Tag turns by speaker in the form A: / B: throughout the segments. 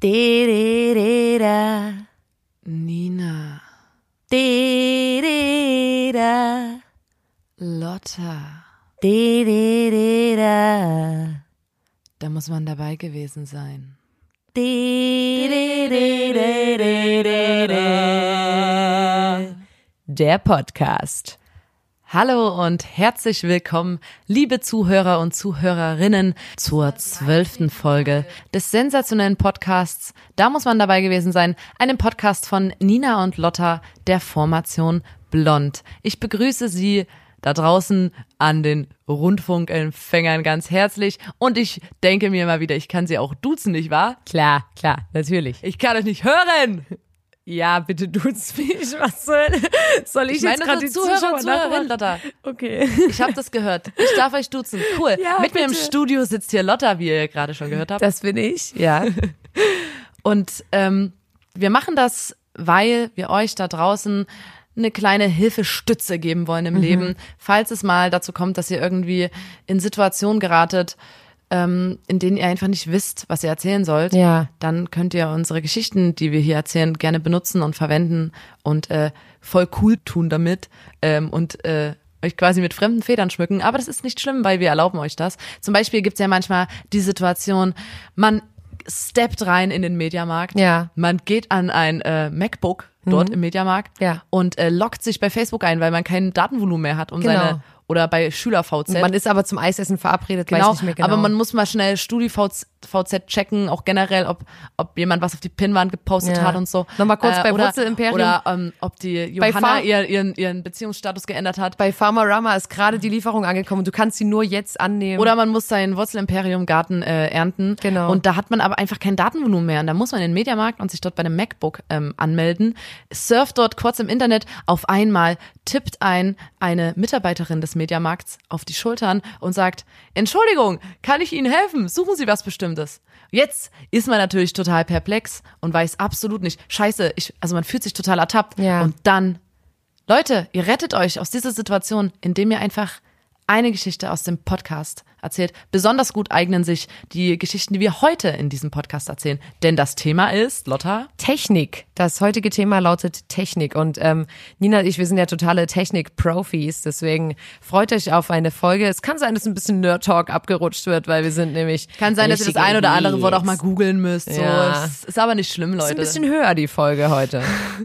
A: De-de-de-da.
B: Nina.
A: De-de-de-da.
B: Lotta.
A: De-de-de-da.
B: Da muss man dabei gewesen sein.
A: De-de-de-de-de-de. Der Podcast.
B: Hallo und herzlich willkommen, liebe Zuhörer und Zuhörerinnen, zur 12. Folge des sensationellen Podcasts Da muss man dabei gewesen sein, einem Podcast von Nina und Lotta der Formation Blond. Ich begrüße Sie da draußen an den Rundfunkempfängern ganz herzlich und ich denke mir mal wieder, ich kann Sie auch duzen, nicht wahr?
A: Klar, natürlich.
B: Ich kann euch nicht hören!
A: Ja, bitte duzt mich. Was soll ich jetzt gerade die
B: Zuhörer und Zuhörerinnen,
A: Lotta?
B: Lotta.
A: Okay.
B: Ich habe das gehört. Ich darf euch duzen. Cool.
A: Ja,
B: Mit mir im
A: bitte.
B: Studio sitzt hier Lotta, wie ihr gerade schon gehört habt.
A: Das bin ich, ja.
B: Und wir machen das, weil wir euch da draußen eine kleine Hilfestütze geben wollen im Leben, falls es mal dazu kommt, dass ihr irgendwie in Situationen geratet, in denen ihr einfach nicht wisst, was ihr erzählen sollt.
A: Ja.
B: Dann könnt ihr unsere Geschichten, die wir hier erzählen, gerne benutzen und verwenden und voll cool tun damit und euch quasi mit fremden Federn schmücken. Aber das ist nicht schlimm, weil wir erlauben euch das. Zum Beispiel gibt's ja manchmal die Situation, man steppt rein in den Mediamarkt,
A: Ja.
B: man geht an ein MacBook dort im Mediamarkt
A: Ja.
B: und loggt sich bei Facebook ein, weil man kein Datenvolumen mehr hat, um
A: Genau.
B: seine, oder bei SchülerVZ.
A: Man ist aber zum Eisessen verabredet,
B: Genau,
A: weiß nicht mehr genau.
B: aber man muss mal schnell StudiVZ checken, auch generell, ob jemand was auf die Pinnwand gepostet
A: Ja.
B: hat und so.
A: Nochmal kurz bei
B: oder,
A: Wurzelimperium.
B: Oder ob die
A: Bei
B: Johanna
A: Fa-
B: ihren Beziehungsstatus geändert hat.
A: Bei Farmerama ist gerade die Lieferung angekommen. Du kannst sie nur jetzt annehmen.
B: Oder man muss seinen Wurzelimperium-Garten ernten.
A: Genau.
B: Und da hat man aber einfach kein Datenvolumen mehr. Und da muss man in den Mediamarkt und sich dort bei einem MacBook anmelden. Surft dort kurz im Internet. Auf einmal tippt eine Mitarbeiterin des Mediamarkts auf die Schultern und sagt, Entschuldigung, kann ich Ihnen helfen? Suchen Sie was Bestimmtes. Jetzt ist man natürlich total perplex und weiß absolut nicht, scheiße, also man fühlt sich total ertappt.
A: Ja.
B: Und dann, Leute, ihr rettet euch aus dieser Situation, indem ihr einfach eine Geschichte aus dem Podcast erzählt. Besonders gut eignen sich die Geschichten, die wir heute in diesem Podcast erzählen. Denn das Thema ist, Lotta?
A: Technik. Das heutige Thema lautet Technik. Und Nina und ich, wir sind ja totale Technik-Profis. Deswegen freut euch auf eine Folge. Es kann sein, dass ein bisschen Nerd-Talk abgerutscht wird, weil wir sind nämlich
B: Kann sein, dass ihr das ein oder andere Wort auch mal googeln müsst. So.
A: Ja.
B: Es ist aber nicht schlimm,
A: Ist
B: Leute.
A: ein bisschen höher, die Folge heute.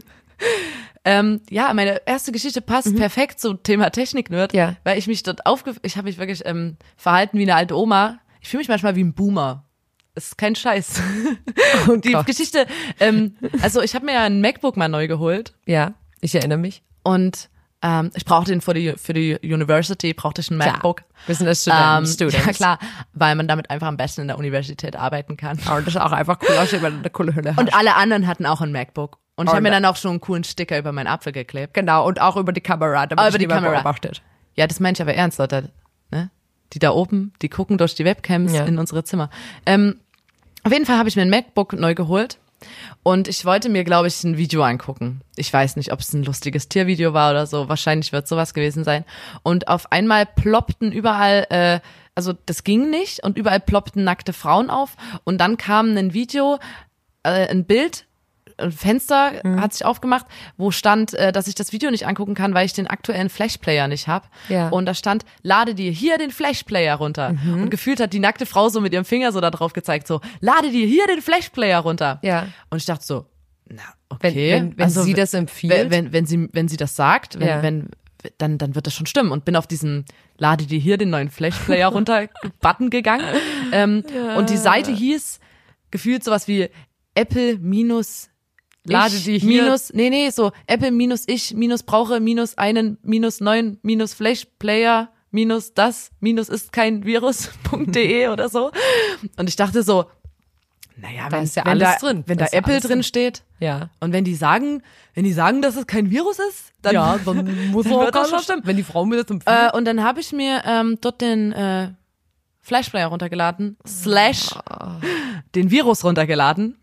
B: Ja, meine erste Geschichte passt perfekt zum Thema Technik-Nerd,
A: Ja.
B: weil ich mich dort ich habe mich wirklich verhalten wie eine alte Oma. Ich fühle mich manchmal wie ein Boomer. Das ist kein Scheiß.
A: Oh
B: Die
A: Gott.
B: Geschichte, also ich habe mir ja ein MacBook mal neu geholt
A: Ja, ich erinnere mich.
B: und ich brauchte den für die University, brauchte ich ein MacBook.
A: Klar. Wir sind das Students.
B: Ja klar, weil man damit einfach am besten in der Universität arbeiten kann.
A: Aber das ist auch einfach cool, weil du eine coole Hülle hast.
B: Und alle anderen hatten auch ein MacBook. Und ich habe mir
A: Und-
B: dann auch schon einen coolen Sticker über meinen Apfel geklebt.
A: Genau, und auch über die Kamera, damit
B: Über
A: dich
B: die
A: niemand
B: Kamera.
A: beobachtet.
B: Ja, das meine ich aber ernst, Leute. Ne? Die da oben, die gucken durch die Webcams
A: Ja.
B: in unsere Zimmer. Auf jeden Fall habe ich mir ein MacBook neu geholt und ich wollte mir, glaube ich, ein Video angucken. Ich weiß nicht, ob es ein lustiges Tiervideo war oder so. Wahrscheinlich wird sowas gewesen sein. Und auf einmal ploppten überall, also das ging nicht und überall ploppten nackte Frauen auf. Und dann kam ein Video, ein Bild, ein Fenster hat sich aufgemacht, wo stand, dass ich das Video nicht angucken kann, weil ich den aktuellen Flashplayer nicht habe.
A: Ja.
B: Und da stand, lade dir hier den Flashplayer runter. Und gefühlt hat die nackte Frau so mit ihrem Finger so da drauf gezeigt, so, lade dir hier den Flashplayer runter.
A: Ja.
B: Und ich dachte so, na, okay.
A: Wenn sie das empfiehlt.
B: Wenn sie das sagt,
A: Ja.
B: dann wird das schon stimmen. Und bin auf diesen lade dir hier den neuen Flashplayer runter Button gegangen. Und die Seite hieß gefühlt sowas wie Apple minus
A: Lade
B: ich
A: die hier-
B: minus, so Apple minus ich minus brauche minus einen minus neuen minus Flashplayer minus das minus ist kein Virus.de oder so. Und ich dachte so, naja,
A: Da ist ja
B: wenn
A: alles
B: da,
A: drin.
B: wenn
A: Da
B: da
A: ist ja
B: Apple
A: alles
B: drin
A: drin.
B: steht
A: Ja.
B: und wenn die sagen, dass es kein Virus ist, dann,
A: dann muss
B: dann wird das schon stimmen.
A: Wenn die Frau mir das empfiehlt.
B: Und dann habe ich mir dort den Flashplayer runtergeladen, / den Virus runtergeladen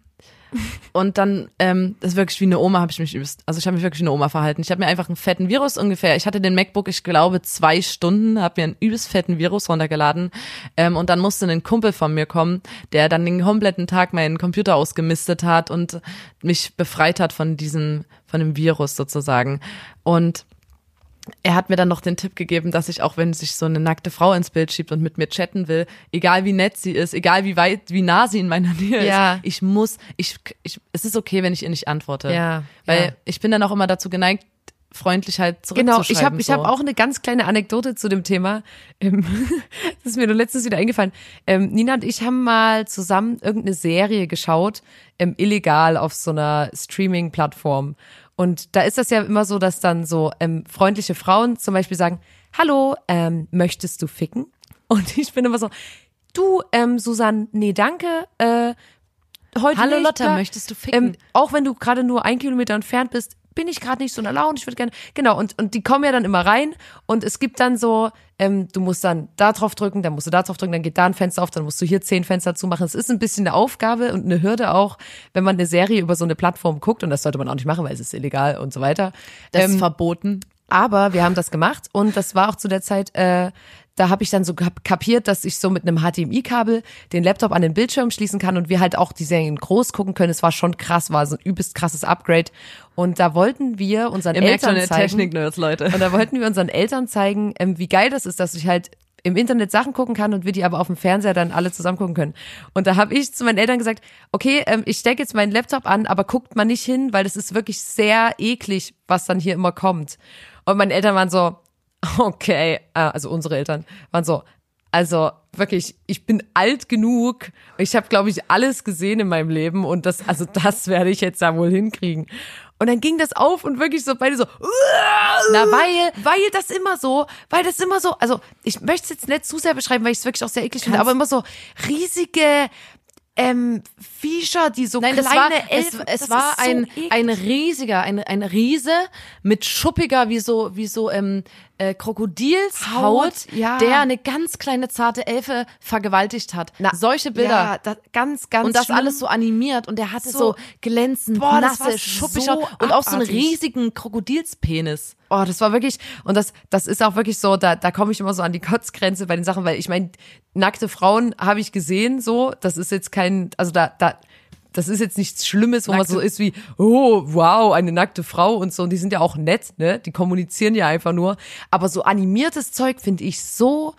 B: Und dann, das ist wirklich wie eine Oma, ich habe mich wirklich wie eine Oma verhalten. Ich habe mir einfach einen fetten Virus ungefähr, ich hatte den MacBook, ich glaube 2 Stunden, habe mir einen übelst fetten Virus runtergeladen und dann musste ein Kumpel von mir kommen, der dann den kompletten Tag meinen Computer ausgemistet hat und mich befreit hat von dem Virus sozusagen. Und er hat mir dann noch den Tipp gegeben, dass ich auch, wenn sich so eine nackte Frau ins Bild schiebt und mit mir chatten will, egal wie nett sie ist, egal wie nah sie in meiner Nähe ist, es ist okay, wenn ich ihr nicht antworte.
A: Ja.
B: Weil ich bin dann auch immer dazu geneigt, freundlich halt zurückzuschreiben.
A: Genau, ich hab auch eine ganz kleine Anekdote zu dem Thema. Das ist mir nur letztens wieder eingefallen. Nina und ich haben mal zusammen irgendeine Serie geschaut, illegal auf so einer Streaming-Plattform. Und da ist das ja immer so, dass dann so freundliche Frauen zum Beispiel sagen, hallo, möchtest du ficken? Und ich bin immer so, du, Susanne, nee, danke, heute
B: hallo
A: nicht,
B: Lotta, möchtest du ficken?
A: Auch wenn du gerade nur 1 Kilometer entfernt bist, bin ich gerade nicht so in der Laune, ich würde gerne, genau, und die kommen ja dann immer rein und es gibt dann so, du musst dann da drauf drücken, dann musst du da drauf drücken, dann geht da ein Fenster auf, dann musst du hier 10 Fenster zumachen. Es ist ein bisschen eine Aufgabe und eine Hürde auch, wenn man eine Serie über so eine Plattform guckt und das sollte man auch nicht machen, weil es ist illegal und so weiter.
B: Das ist verboten.
A: Aber wir haben das gemacht und das war auch zu der Zeit, da habe ich dann so kapiert, dass ich so mit einem HDMI-Kabel den Laptop an den Bildschirm schließen kann und wir halt auch die Serien groß gucken können. Es war schon krass, war so ein übelst krasses Upgrade. Und da wollten wir unseren Eltern zeigen.
B: Technik-Nerds, Leute.
A: Und da wollten wir unseren Eltern zeigen, wie geil das ist, dass ich halt im Internet Sachen gucken kann und wir die aber auf dem Fernseher dann alle zusammen gucken können. Und da habe ich zu meinen Eltern gesagt, okay, ich stecke jetzt meinen Laptop an, aber guckt mal nicht hin, weil das ist wirklich sehr eklig, was dann hier immer kommt. Und meine Eltern waren so, okay, also unsere Eltern waren so, also wirklich, ich bin alt genug, ich habe, glaube ich, alles gesehen in meinem Leben und das werde ich jetzt da wohl hinkriegen. Und dann ging das auf und wirklich so beide so,
B: na,
A: weil das immer so, also ich möchte es jetzt nicht zu sehr beschreiben, weil ich es wirklich auch sehr eklig finde, aber immer so riesige Viecher, die so kleine Elfen.
B: Es war ein Riese mit schuppiger, wie so Krokodilshaut, der eine ganz kleine zarte Elfe vergewaltigt hat. Solche Bilder.
A: Ja, ganz
B: und das
A: schlimm.
B: alles so animiert und der hatte so glänzend, nasse, schuppige
A: so
B: und auch so einen
A: abartig.
B: riesigen Krokodilspenis.
A: Oh, das war wirklich, und das ist auch wirklich so, da komme ich immer so an die Kotzgrenze bei den Sachen, weil ich meine, nackte Frauen habe ich gesehen, so, das ist jetzt kein, also das ist jetzt nichts Schlimmes, wo man so ist wie, oh, wow, eine nackte Frau und so, und die sind ja auch nett, ne, die kommunizieren ja einfach nur, aber so animiertes Zeug finde ich so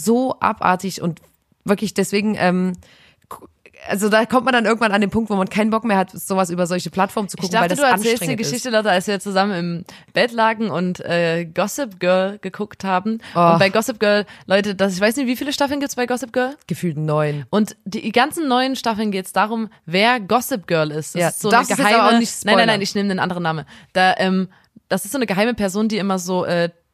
A: abartig und wirklich deswegen, also da kommt man dann irgendwann an den Punkt, wo man keinen Bock mehr hat, sowas über solche Plattformen zu gucken, weil das anstrengend ist. Ich dachte, du erzählst die Geschichte, Leute, als wir zusammen im Bett lagen und Gossip Girl geguckt haben.
B: Oh. Und bei Gossip Girl, Leute, ich weiß nicht, wie viele Staffeln gibt's bei Gossip Girl?
A: Gefühlt 9.
B: Und die ganzen 9 Staffeln geht's darum, wer Gossip Girl ist. Das ist so
A: eine geheime,
B: aber auch nicht nein, ich nehme einen anderen Namen. Das ist so eine geheime Person, die immer so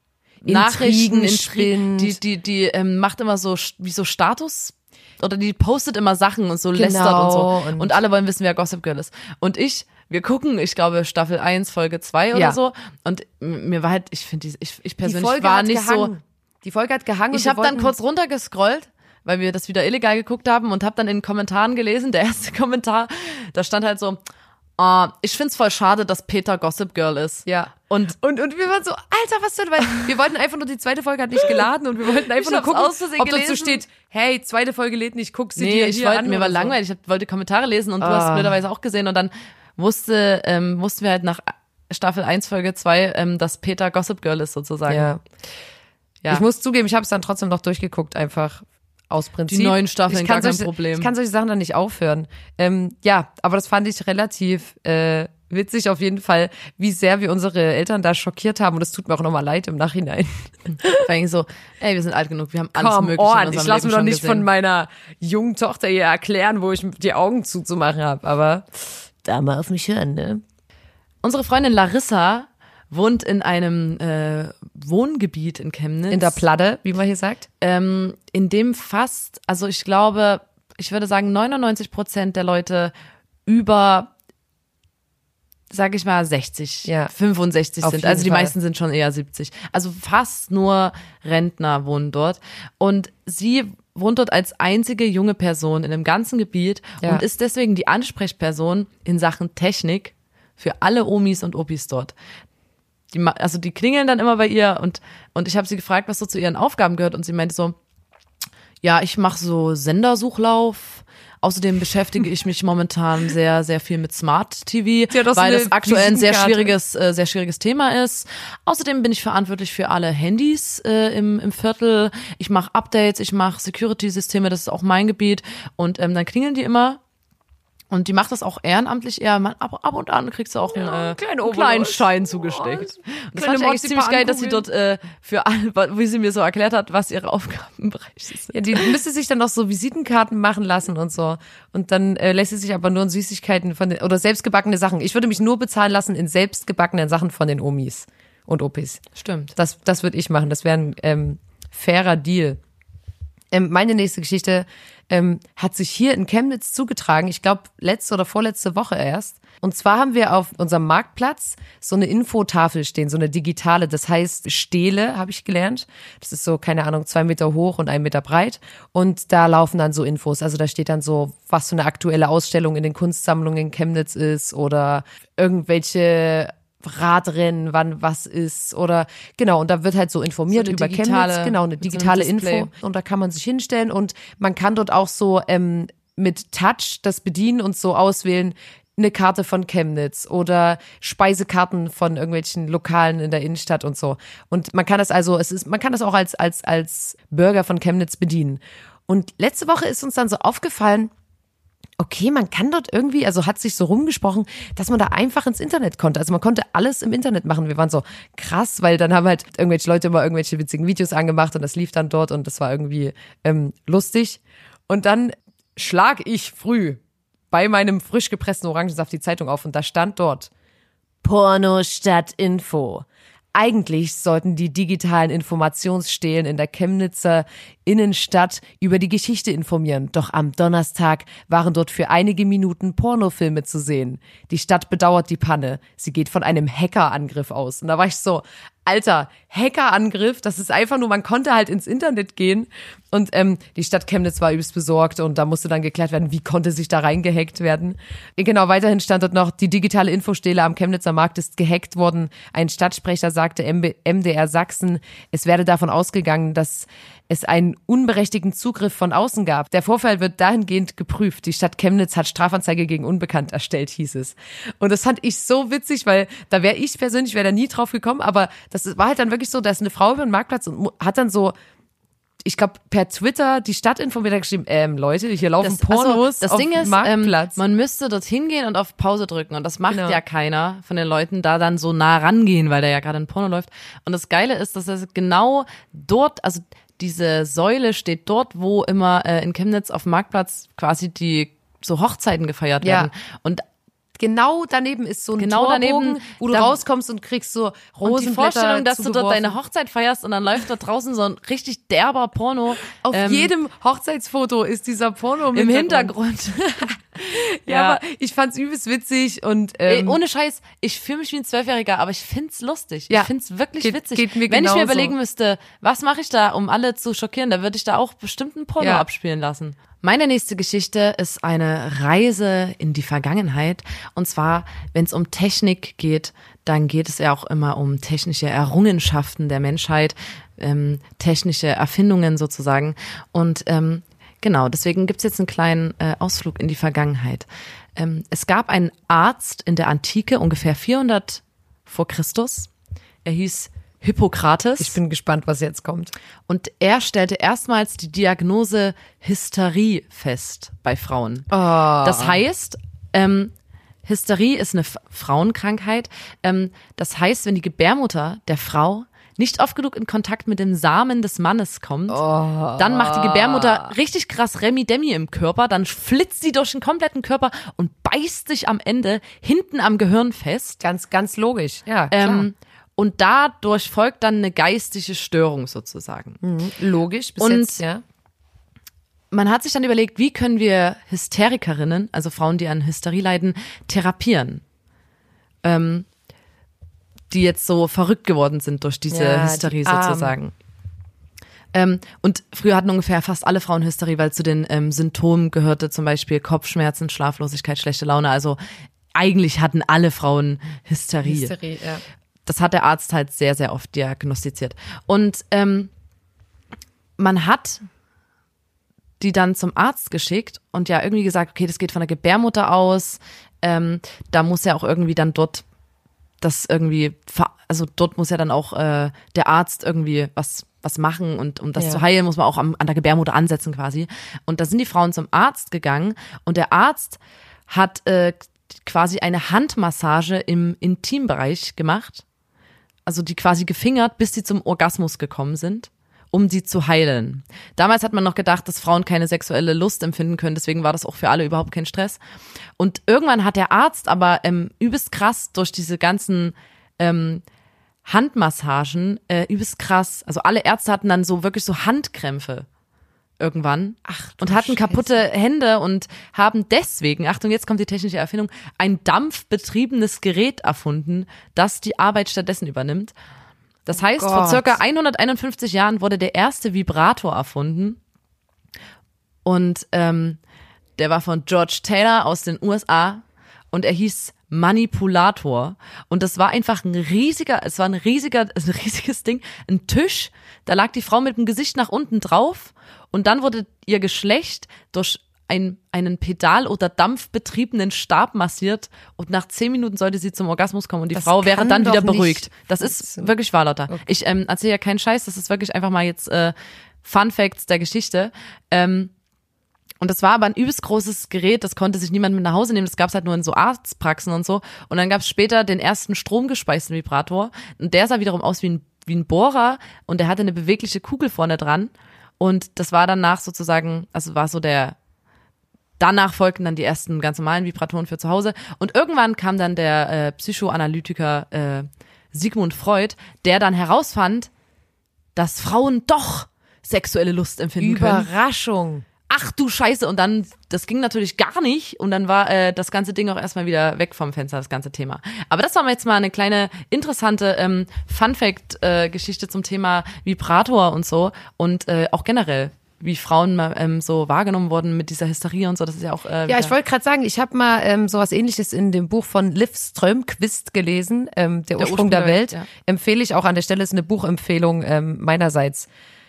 B: Nachrichten
A: spinnt.
B: Die macht immer so wie so Status oder die postet immer Sachen und so lästert und so. Und alle wollen wissen, wer Gossip Girl ist. Und wir gucken, ich glaube, Staffel 1, Folge 2 oder so. Und mir war halt, ich persönlich war nicht so.
A: Die Folge hat gehangen.
B: Ich habe dann kurz runtergescrollt, weil wir das wieder illegal geguckt haben und habe dann in den Kommentaren gelesen, der erste Kommentar, da stand halt so, ich find's voll schade, dass Peter Gossip Girl ist.
A: Ja. Und wir waren so, Alter, was denn? Weil wir wollten einfach nur, die zweite Folge hat nicht geladen und wir wollten einfach nur gucken, ob dort so steht, hey, zweite Folge lädt nicht, guck sie dir hier an.
B: Mir war langweilig, ich wollte Kommentare lesen und du hast blöderweise auch gesehen und dann wussten wir halt nach Staffel 1, Folge 2, dass Peter Gossip Girl ist sozusagen.
A: Ja. Ich muss zugeben, ich habe es dann trotzdem noch durchgeguckt, einfach aus Prinzip.
B: Die 9 Staffeln, gar kein Problem.
A: Ich kann solche Sachen dann nicht aufhören. Aber das fand ich relativ witzig auf jeden Fall, wie sehr wir unsere Eltern da schockiert haben. Und das tut mir auch nochmal leid im Nachhinein.
B: Vor allem so, ey, wir sind alt genug, wir haben alles Mögliche in unserem Leben
A: ich lasse mir doch nicht
B: gesehen.
A: von meiner jungen Tochter hier erklären, wo ich die Augen zuzumachen habe. Aber da mal auf mich hören, ne?
B: Unsere Freundin Larissa wohnt in einem Wohngebiet in Chemnitz.
A: In der Platte, wie man hier sagt.
B: In dem also ich glaube, ich würde sagen 99% der Leute über sag ich mal, 60,
A: Ja.
B: 65
A: Auf
B: sind.
A: jeden
B: Also die
A: Fall.
B: meisten sind schon eher 70. Also fast nur Rentner wohnen dort. Und sie wohnt dort als einzige junge Person in dem ganzen Gebiet
A: Ja.
B: und ist deswegen die Ansprechperson in Sachen Technik für alle Omis und Opis dort. Die klingeln dann immer bei ihr und ich habe sie gefragt, was so zu ihren Aufgaben gehört und sie meinte so, ja, ich mache so Sendersuchlauf. Außerdem beschäftige ich mich momentan sehr, sehr viel mit Smart TV,
A: Sie hat auch so
B: weil
A: eine
B: das aktuell ein sehr
A: Visitenkarte.
B: schwieriges Thema ist. Außerdem bin ich verantwortlich für alle Handys im Viertel. Ich mache Updates, ich mache Security-Systeme, das ist auch mein Gebiet. Und dann klingeln die immer. Und die macht das auch ehrenamtlich eher. Ab und an kriegst du auch einen kleinen Schein zugesteckt. Und das fand ich eigentlich ziemlich geil, dass sie dort für alle, wie sie mir so erklärt hat, was ihre Aufgabenbereiche sind.
A: Ja, die müsste sich dann noch so Visitenkarten machen lassen und so. Und dann lässt sie sich aber nur in Süßigkeiten oder selbstgebackene Sachen. Ich würde mich nur bezahlen lassen in selbstgebackenen Sachen von den Omis und Opis.
B: Stimmt.
A: Das würde ich machen. Das wäre ein fairer Deal. Meine nächste Geschichte hat sich hier in Chemnitz zugetragen. Ich glaube, letzte oder vorletzte Woche erst. Und zwar haben wir auf unserem Marktplatz so eine Infotafel stehen, so eine digitale. Das heißt Stele, habe ich gelernt. Das ist so, keine Ahnung, 2 Meter hoch und 1 Meter breit. Und da laufen dann so Infos. Also da steht dann so, was für eine aktuelle Ausstellung in den Kunstsammlungen in Chemnitz ist oder irgendwelche Radrennen, wann was ist oder genau, und da wird halt so informiert
B: So eine
A: über
B: digitale-
A: Chemnitz, genau, eine
B: mit so einem
A: digitale
B: Display.
A: Info und da kann man sich hinstellen und man kann dort auch so mit Touch das bedienen und so auswählen, eine Karte von Chemnitz oder Speisekarten von irgendwelchen Lokalen in der Innenstadt und so. Und man kann das also, man kann das auch als Bürger von Chemnitz bedienen. Und letzte Woche ist uns dann so aufgefallen, okay, man kann dort irgendwie, also hat sich so rumgesprochen, dass man da einfach ins Internet konnte. Also man konnte alles im Internet machen. Wir waren so krass, weil dann haben halt irgendwelche Leute immer irgendwelche witzigen Videos angemacht und das lief dann dort und das war irgendwie lustig. Und dann schlag ich früh bei meinem frisch gepressten Orangensaft die Zeitung auf und da stand dort Porno statt Info. Eigentlich sollten die digitalen Informationsstelen in der Chemnitzer Innenstadt über die Geschichte informieren. Doch am Donnerstag waren dort für einige Minuten Pornofilme zu sehen. Die Stadt bedauert die Panne. Sie geht von einem Hackerangriff aus. Und da war ich so, Alter, Hackerangriff, das ist einfach nur, man konnte halt ins Internet gehen und die Stadt Chemnitz war übelst besorgt und da musste dann geklärt werden, wie konnte sich da reingehackt werden. Genau, weiterhin stand dort noch, die digitale Infostele am Chemnitzer Markt ist gehackt worden. Ein Stadtsprecher sagte MDR Sachsen, es werde davon ausgegangen, dass es einen unberechtigten Zugriff von außen gab. Der Vorfall wird dahingehend geprüft. Die Stadt Chemnitz hat Strafanzeige gegen Unbekannt erstellt, hieß es. Und das fand ich so witzig, weil da wäre ich persönlich, wäre da nie drauf gekommen, aber das war halt dann wirklich so, da ist eine Frau über den Marktplatz und hat dann so, ich glaube, per Twitter die Stadtinfo wieder geschrieben, Leute, hier laufen Pornos
B: das
A: auf
B: Ding ist,
A: dem Marktplatz.
B: man müsste dorthin gehen und auf Pause drücken und das macht
A: Genau.
B: ja keiner von den Leuten, da dann so nah rangehen, weil da ja gerade ein Porno läuft. Und das Geile ist, dass es genau dort, also diese Säule steht dort, wo immer in Chemnitz auf dem Marktplatz quasi die so Hochzeiten gefeiert
A: Ja.
B: werden. Und
A: Genau daneben ist so ein
B: Genau
A: Torbogen,
B: daneben,
A: wo du
B: da-
A: rauskommst und kriegst so Rosenblätter
B: und die Vorstellung, dass du dort
A: zugeworfen.
B: deine Hochzeit feierst und dann läuft da draußen so ein richtig derber Porno
A: Auf jedem Hochzeitsfoto ist dieser Porno
B: im Hintergrund.
A: Ja, aber ich fand's übelst witzig und
B: Ey, ohne Scheiß, ich fühle mich wie ein 12-Jähriger, aber ich find's lustig.
A: Ja.
B: Ich find's wirklich
A: Geht-
B: witzig.
A: geht mir
B: Wenn ich mir
A: genauso.
B: überlegen müsste, was mache ich da, um alle zu schockieren, da würde ich da auch bestimmt ein Porno
A: Ja.
B: abspielen lassen. Meine nächste Geschichte ist eine Reise in die Vergangenheit. Und zwar, wenn es um Technik geht, dann geht es ja auch immer um technische Errungenschaften der Menschheit, technische Erfindungen sozusagen. Und genau, deswegen gibt's jetzt einen kleinen Ausflug in die Vergangenheit. Es gab einen Arzt in der Antike, ungefähr 400 vor Christus. Er hieß Hippokrates.
A: ich bin gespannt, was jetzt kommt.
B: Und er stellte erstmals die Diagnose Hysterie fest bei Frauen. Das heißt, Hysterie ist eine Frauenkrankheit. Das heißt, wenn die Gebärmutter der Frau nicht oft genug in Kontakt mit dem Samen des Mannes kommt, dann macht die Gebärmutter richtig krass Remi-Demi im Körper, dann flitzt sie durch den kompletten Körper und beißt sich am Ende hinten am Gehirn fest.
A: Ganz, ganz logisch. Ja, klar.
B: Und dadurch folgt dann eine geistige Störung sozusagen.
A: Logisch bis
B: Und-
A: jetzt, ja.
B: Man hat sich dann überlegt, wie können wir Hysterikerinnen, also Frauen, die an Hysterie leiden, therapieren? die jetzt so verrückt geworden sind durch diese Hysterie sozusagen. Und früher hatten ungefähr fast alle Frauen Hysterie, weil zu den Symptomen gehörte zum Beispiel Kopfschmerzen, Schlaflosigkeit, schlechte Laune. Also eigentlich hatten alle Frauen Hysterie. Das hat der Arzt halt sehr, sehr oft diagnostiziert. Und man hat die dann zum Arzt geschickt und ja irgendwie gesagt, okay, das geht von der Gebärmutter aus. Da muss ja auch irgendwie dann dort das irgendwie, also dort muss ja dann auch der Arzt irgendwie was machen und um das zu heilen, muss man auch an der Gebärmutter ansetzen quasi. Und da sind die Frauen zum Arzt gegangen und der Arzt hat quasi eine Handmassage im Intimbereich gemacht, also die quasi gefingert, bis sie zum Orgasmus gekommen sind, um sie zu heilen. Damals hat man noch gedacht, dass Frauen keine sexuelle Lust empfinden können, deswegen war das auch für alle überhaupt kein Stress. Und irgendwann hat der Arzt aber übelst krass durch diese ganzen Handmassagen, übelst krass, also alle Ärzte hatten dann so wirklich so Handkrämpfe irgendwann und hatten kaputte Hände und haben deswegen, Achtung, jetzt kommt die technische Erfindung, ein dampfbetriebenes Gerät erfunden, das die Arbeit stattdessen übernimmt. Das heißt, vor circa 151 Jahren wurde der erste Vibrator erfunden und der war von George Taylor aus den USA und er hieß Manipulator und das war einfach ein riesiges Ding, ein Tisch, da lag die Frau mit dem Gesicht nach unten drauf und dann wurde ihr Geschlecht durch einen Pedal- oder dampfbetriebenen Stab massiert und nach 10 Minuten sollte sie zum Orgasmus kommen und die Frau wäre dann wieder beruhigt. Das ist wirklich wahr, Lotta. Okay. Ich erzähle ja keinen Scheiß, das ist wirklich einfach mal jetzt Fun Facts der Geschichte. Und das war aber ein übelst großes Gerät, das konnte sich niemand mit nach Hause nehmen, das gab es halt nur in so Arztpraxen und so. Und dann gab es später den ersten stromgespeisten Vibrator und der sah wiederum aus wie ein Bohrer und der hatte eine bewegliche Kugel vorne dran und das war danach sozusagen, also war so danach folgten dann die ersten ganz normalen Vibratoren für zu Hause und irgendwann kam dann der Psychoanalytiker Sigmund Freud, der dann herausfand, dass Frauen doch sexuelle Lust empfinden können.
A: Überraschung.
B: Ach du Scheiße, und dann, das ging natürlich gar nicht und dann war das ganze Ding auch erstmal wieder weg vom Fenster, das ganze Thema. Aber das war jetzt mal eine kleine interessante Fun-Fact-Geschichte zum Thema Vibrator und so und auch generell, wie Frauen so wahrgenommen wurden mit dieser Hysterie und so, das ist ja auch
A: ja, ich wollte gerade sagen, ich habe mal sowas Ähnliches in dem Buch von Liv Strömquist gelesen, der Ursprung der Welt. Ja. Empfehle ich auch an der Stelle, ist eine Buchempfehlung meinerseits.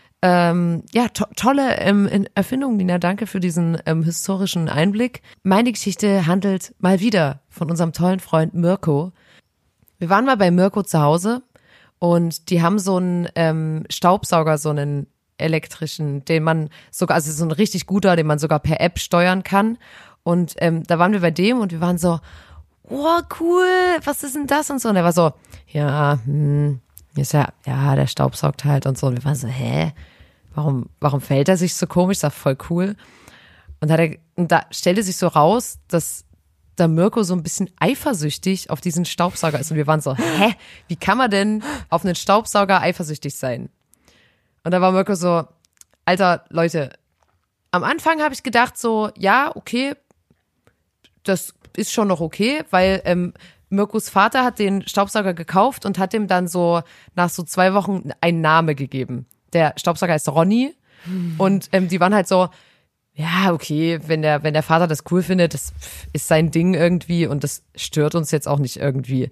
A: Tolle Erfindung, Nina, danke für diesen historischen Einblick. Meine Geschichte handelt mal wieder von unserem tollen Freund Mirko. Wir waren mal bei Mirko zu Hause und die haben so einen Staubsauger, so einen elektrischen, den man sogar, also so ein richtig guter, den man sogar per App steuern kann. Und da waren wir bei dem und wir waren so, oh cool, was ist denn das und so. Und er war so, ja, ist ja, der staubsaugt halt und so. Und wir waren so, hä? Warum fällt er sich so komisch? Das ist voll cool. Und da stellte sich so raus, dass der Mirko so ein bisschen eifersüchtig auf diesen Staubsauger ist. Und wir waren so, hä? Wie kann man denn auf einen Staubsauger eifersüchtig sein? Und da war Mirko so, Alter, Leute, am Anfang habe ich gedacht so, ja, okay, das ist schon noch okay, weil Mirkos Vater hat den Staubsauger gekauft und hat ihm dann so nach so 2 Wochen einen Namen gegeben. Der Staubsauger heißt Ronny und die waren halt so, ja, okay, wenn der Vater das cool findet, das ist sein Ding irgendwie und das stört uns jetzt auch nicht irgendwie.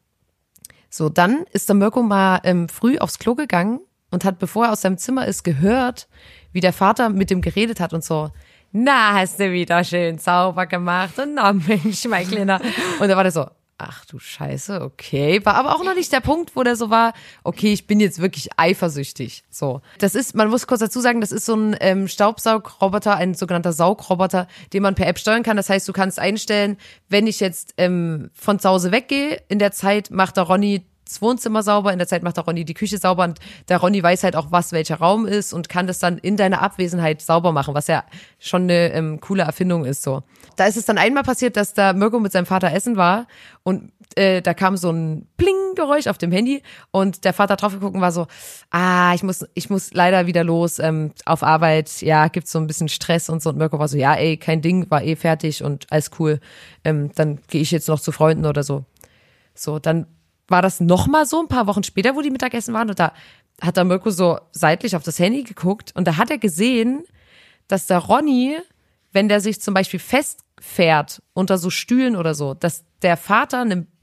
A: So, dann ist der Mirko mal früh aufs Klo gegangen und hat, bevor er aus seinem Zimmer ist, gehört, wie der Vater mit dem geredet hat und so, na, hast du wieder schön sauber gemacht und na Mensch, mein Kleiner. Und da war der so, ach du Scheiße, okay. War aber auch noch nicht der Punkt, wo der so war, okay, ich bin jetzt wirklich eifersüchtig. So. Das ist, man muss kurz dazu sagen, das ist so ein Staubsaugroboter, ein sogenannter Saugroboter, den man per App steuern kann. Das heißt, du kannst einstellen, wenn ich jetzt von zu Hause weggehe, in der Zeit macht der Ronny das Wohnzimmer sauber, in der Zeit macht der Ronny die Küche sauber und der Ronny weiß halt auch, welcher Raum ist und kann das dann in deiner Abwesenheit sauber machen, was ja schon eine coole Erfindung ist so. Da ist es dann einmal passiert, dass der Mirko mit seinem Vater essen war und da kam so ein Pling-Geräusch auf dem Handy und der Vater drauf geguckt und war so, ich muss leider wieder los auf Arbeit, ja, gibt's so ein bisschen Stress und so und Mirko war so, ja ey, kein Ding, war fertig und alles cool, dann gehe ich jetzt noch zu Freunden oder so. So, dann war das nochmal so ein paar Wochen später, wo die Mittagessen waren und da hat der Mirko so seitlich auf das Handy geguckt und da hat er gesehen, dass der Ronny, wenn der sich zum Beispiel festfährt unter so Stühlen oder so, dass der Vater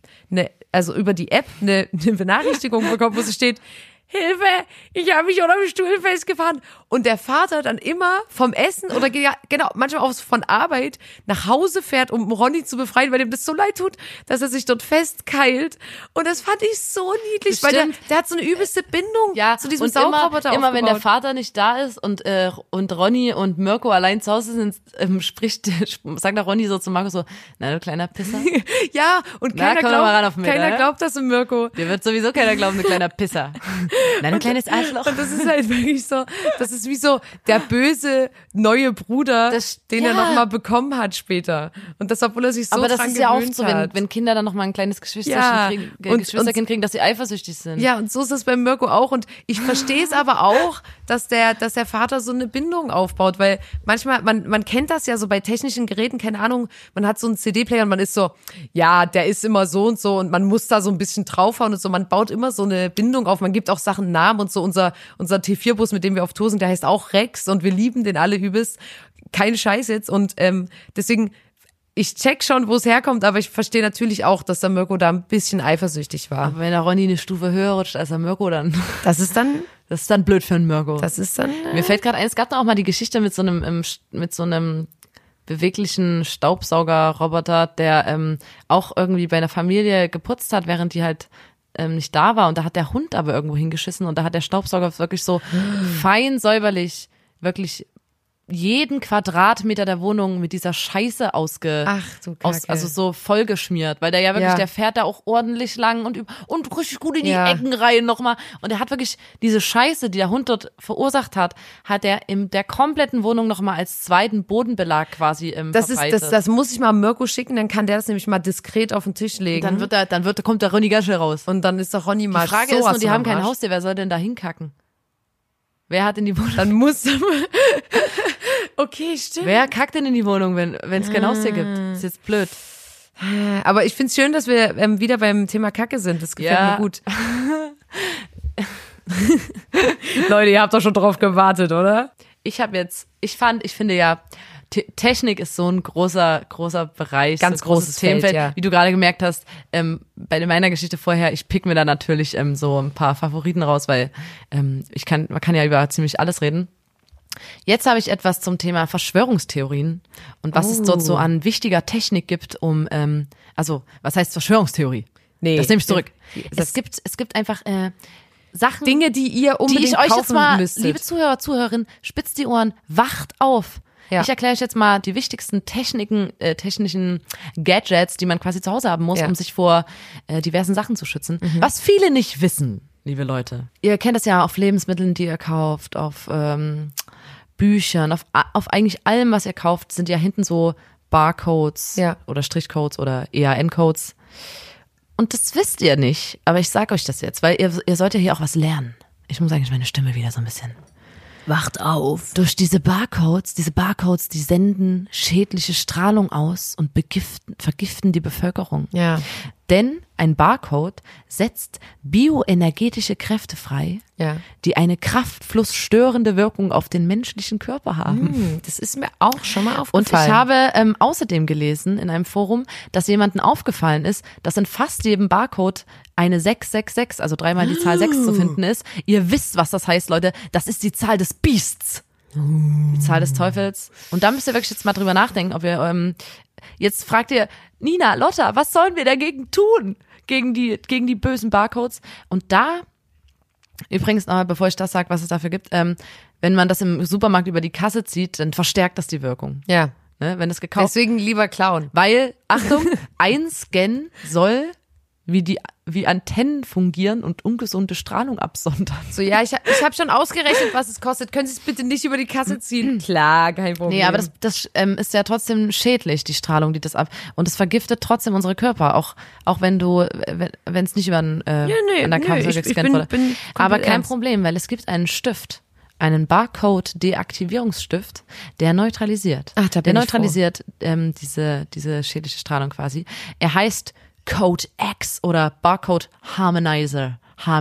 A: also über die App eine Benachrichtigung bekommt, wo es steht, Hilfe, ich habe mich unter dem Stuhl festgefahren. Und der Vater dann immer vom Essen oder genau, manchmal auch von Arbeit nach Hause fährt, um Ronny zu befreien, weil ihm das so leid tut, dass er sich dort festkeilt. Und das fand ich so niedlich, weil der hat so eine übeste Bindung zu diesem Saugroboter
B: immer wenn der Vater nicht da ist und Ronny und Mirko allein zu Hause sind, sagt der Ronny so zu Marco so, na du kleiner Pisser.
A: Ja, und keiner glaubt das im Mirko.
B: Dir wird sowieso keiner glauben, du kleiner Pisser. Nein, ein kleines Arschloch.
A: Und das ist halt wirklich so, das ist wie so der böse neue Bruder, den er nochmal bekommen hat später. Und das, obwohl er sich so dran gewöhnt hat. Aber das ist ja oft so,
B: wenn Kinder dann nochmal ein kleines Geschwisterkind kriegen, dass sie eifersüchtig sind.
A: Ja, und so ist das bei Mirko auch. Und ich verstehe es aber auch, dass der Vater so eine Bindung aufbaut, weil manchmal, man kennt das ja so bei technischen Geräten, keine Ahnung, man hat so einen CD-Player und man ist so, ja, der ist immer so und man muss da so ein bisschen draufhauen und so, man baut immer so eine Bindung auf, man gibt auch Sachen Namen und so, unser T4-Bus, mit dem wir auf Tour sind, der heißt auch Rex und wir lieben den alle übelst. Kein Scheiß jetzt und deswegen, ich check schon, wo es herkommt, aber ich verstehe natürlich auch, dass der Mirko da ein bisschen eifersüchtig war.
B: Aber wenn der Ronny eine Stufe höher rutscht als der Mirko, dann...
A: Das ist dann
B: blöd für einen Mirko.
A: Das ist dann...
B: Mir fällt gerade ein, es gab da auch mal die Geschichte mit so einem beweglichen Staubsaugerroboter, der auch irgendwie bei einer Familie geputzt hat, während die halt nicht da war und da hat der Hund aber irgendwo hingeschissen und da hat der Staubsauger wirklich so fein säuberlich wirklich jeden Quadratmeter der Wohnung mit dieser Scheiße also so vollgeschmiert, weil der fährt da auch ordentlich lang und richtig gut in die Ecken rein nochmal und er hat wirklich diese Scheiße, die der Hund dort verursacht hat er in der kompletten Wohnung nochmal als zweiten Bodenbelag quasi verbreitet.
A: Das muss ich mal Mirko schicken, dann kann der das nämlich mal diskret auf den Tisch legen.
B: Dann kommt der Ronny ganz schnell raus.
A: Und dann ist der Ronny mal
B: die Frage ist nur, die haben kein Haustier, wer soll denn da hinkacken? Wer hat in die Wohnung?
A: Dann muss okay, stimmt.
B: Wer kackt denn in die Wohnung, wenn es kein Haustier gibt? Ist jetzt blöd.
A: Aber ich find's schön, dass wir wieder beim Thema Kacke sind. Das gefällt mir gut. Leute, ihr habt doch schon drauf gewartet, oder?
B: Ich finde ja, Technik ist so ein großer Bereich.
A: Ganz
B: so
A: großes Themenfeld, ja.
B: Wie du gerade gemerkt hast, bei meiner Geschichte vorher, ich pick mir da natürlich so ein paar Favoriten raus, weil man kann ja über ziemlich alles reden. Jetzt habe ich etwas zum Thema Verschwörungstheorien und was es dort so an wichtiger Technik gibt, was heißt Verschwörungstheorie?
A: Nee.
B: Das nehme ich zurück. Es gibt einfach Sachen,
A: Dinge, die ihr unbedingt
B: die ich euch
A: kaufen
B: jetzt mal,
A: müsstet.
B: liebe Zuhörer, Zuhörerinnen, spitzt die Ohren, wacht auf. Ja. Ich erkläre euch jetzt mal die wichtigsten technischen Gadgets, die man quasi zu Hause haben muss, um sich vor diversen Sachen zu schützen. Was viele nicht wissen, liebe Leute. Ihr kennt das ja auf Lebensmitteln, die ihr kauft, auf Büchern, auf eigentlich allem, was ihr kauft, sind ja hinten so Barcodes oder Strichcodes oder EAN-Codes. Und das wisst ihr nicht, aber ich sage euch das jetzt, weil ihr sollt ja hier auch was lernen. Ich muss eigentlich meine Stimme wieder so ein bisschen.
A: Wacht auf.
B: Durch diese Barcodes, die senden schädliche Strahlung aus und vergiften die Bevölkerung.
A: Ja.
B: Denn ein Barcode setzt bioenergetische Kräfte frei, die eine kraftflussstörende Wirkung auf den menschlichen Körper haben.
A: Das ist mir auch schon mal aufgefallen.
B: Und ich habe außerdem gelesen in einem Forum, dass jemandem aufgefallen ist, dass in fast jedem Barcode eine 666, also dreimal die Zahl 6 zu finden ist. Ihr wisst, was das heißt, Leute. Das ist die Zahl des Biests. Die Zahl des Teufels. Und da müsst ihr wirklich jetzt mal drüber nachdenken, ob ihr, jetzt fragt ihr, Nina, Lotta, was sollen wir dagegen tun? Gegen die bösen Barcodes. Und da, übrigens noch, bevor ich das sage, was es dafür gibt, wenn man das im Supermarkt über die Kasse zieht, dann verstärkt das die Wirkung.
A: Ja.
B: Ne, wenn es gekauft.
A: Deswegen lieber klauen.
B: Weil, Achtung, ein Scan soll wie Antennen fungieren und ungesunde Strahlung absondern.
A: So, ja, ich hab schon ausgerechnet, was es kostet. Können Sie es bitte nicht über die Kasse ziehen? Klar, kein Problem.
B: Nee, aber das ist ja trotzdem schädlich, die Strahlung, die das ab. Und es vergiftet trotzdem unsere Körper, auch wenn es nicht über an der Kasse gescannt wurde. Aber kein Problem, weil es gibt einen Stift. Einen Barcode-Deaktivierungsstift, der neutralisiert.
A: Ach, da bin
B: der neutralisiert diese schädliche Strahlung quasi. Er heißt Code X oder Barcode Harmonizer.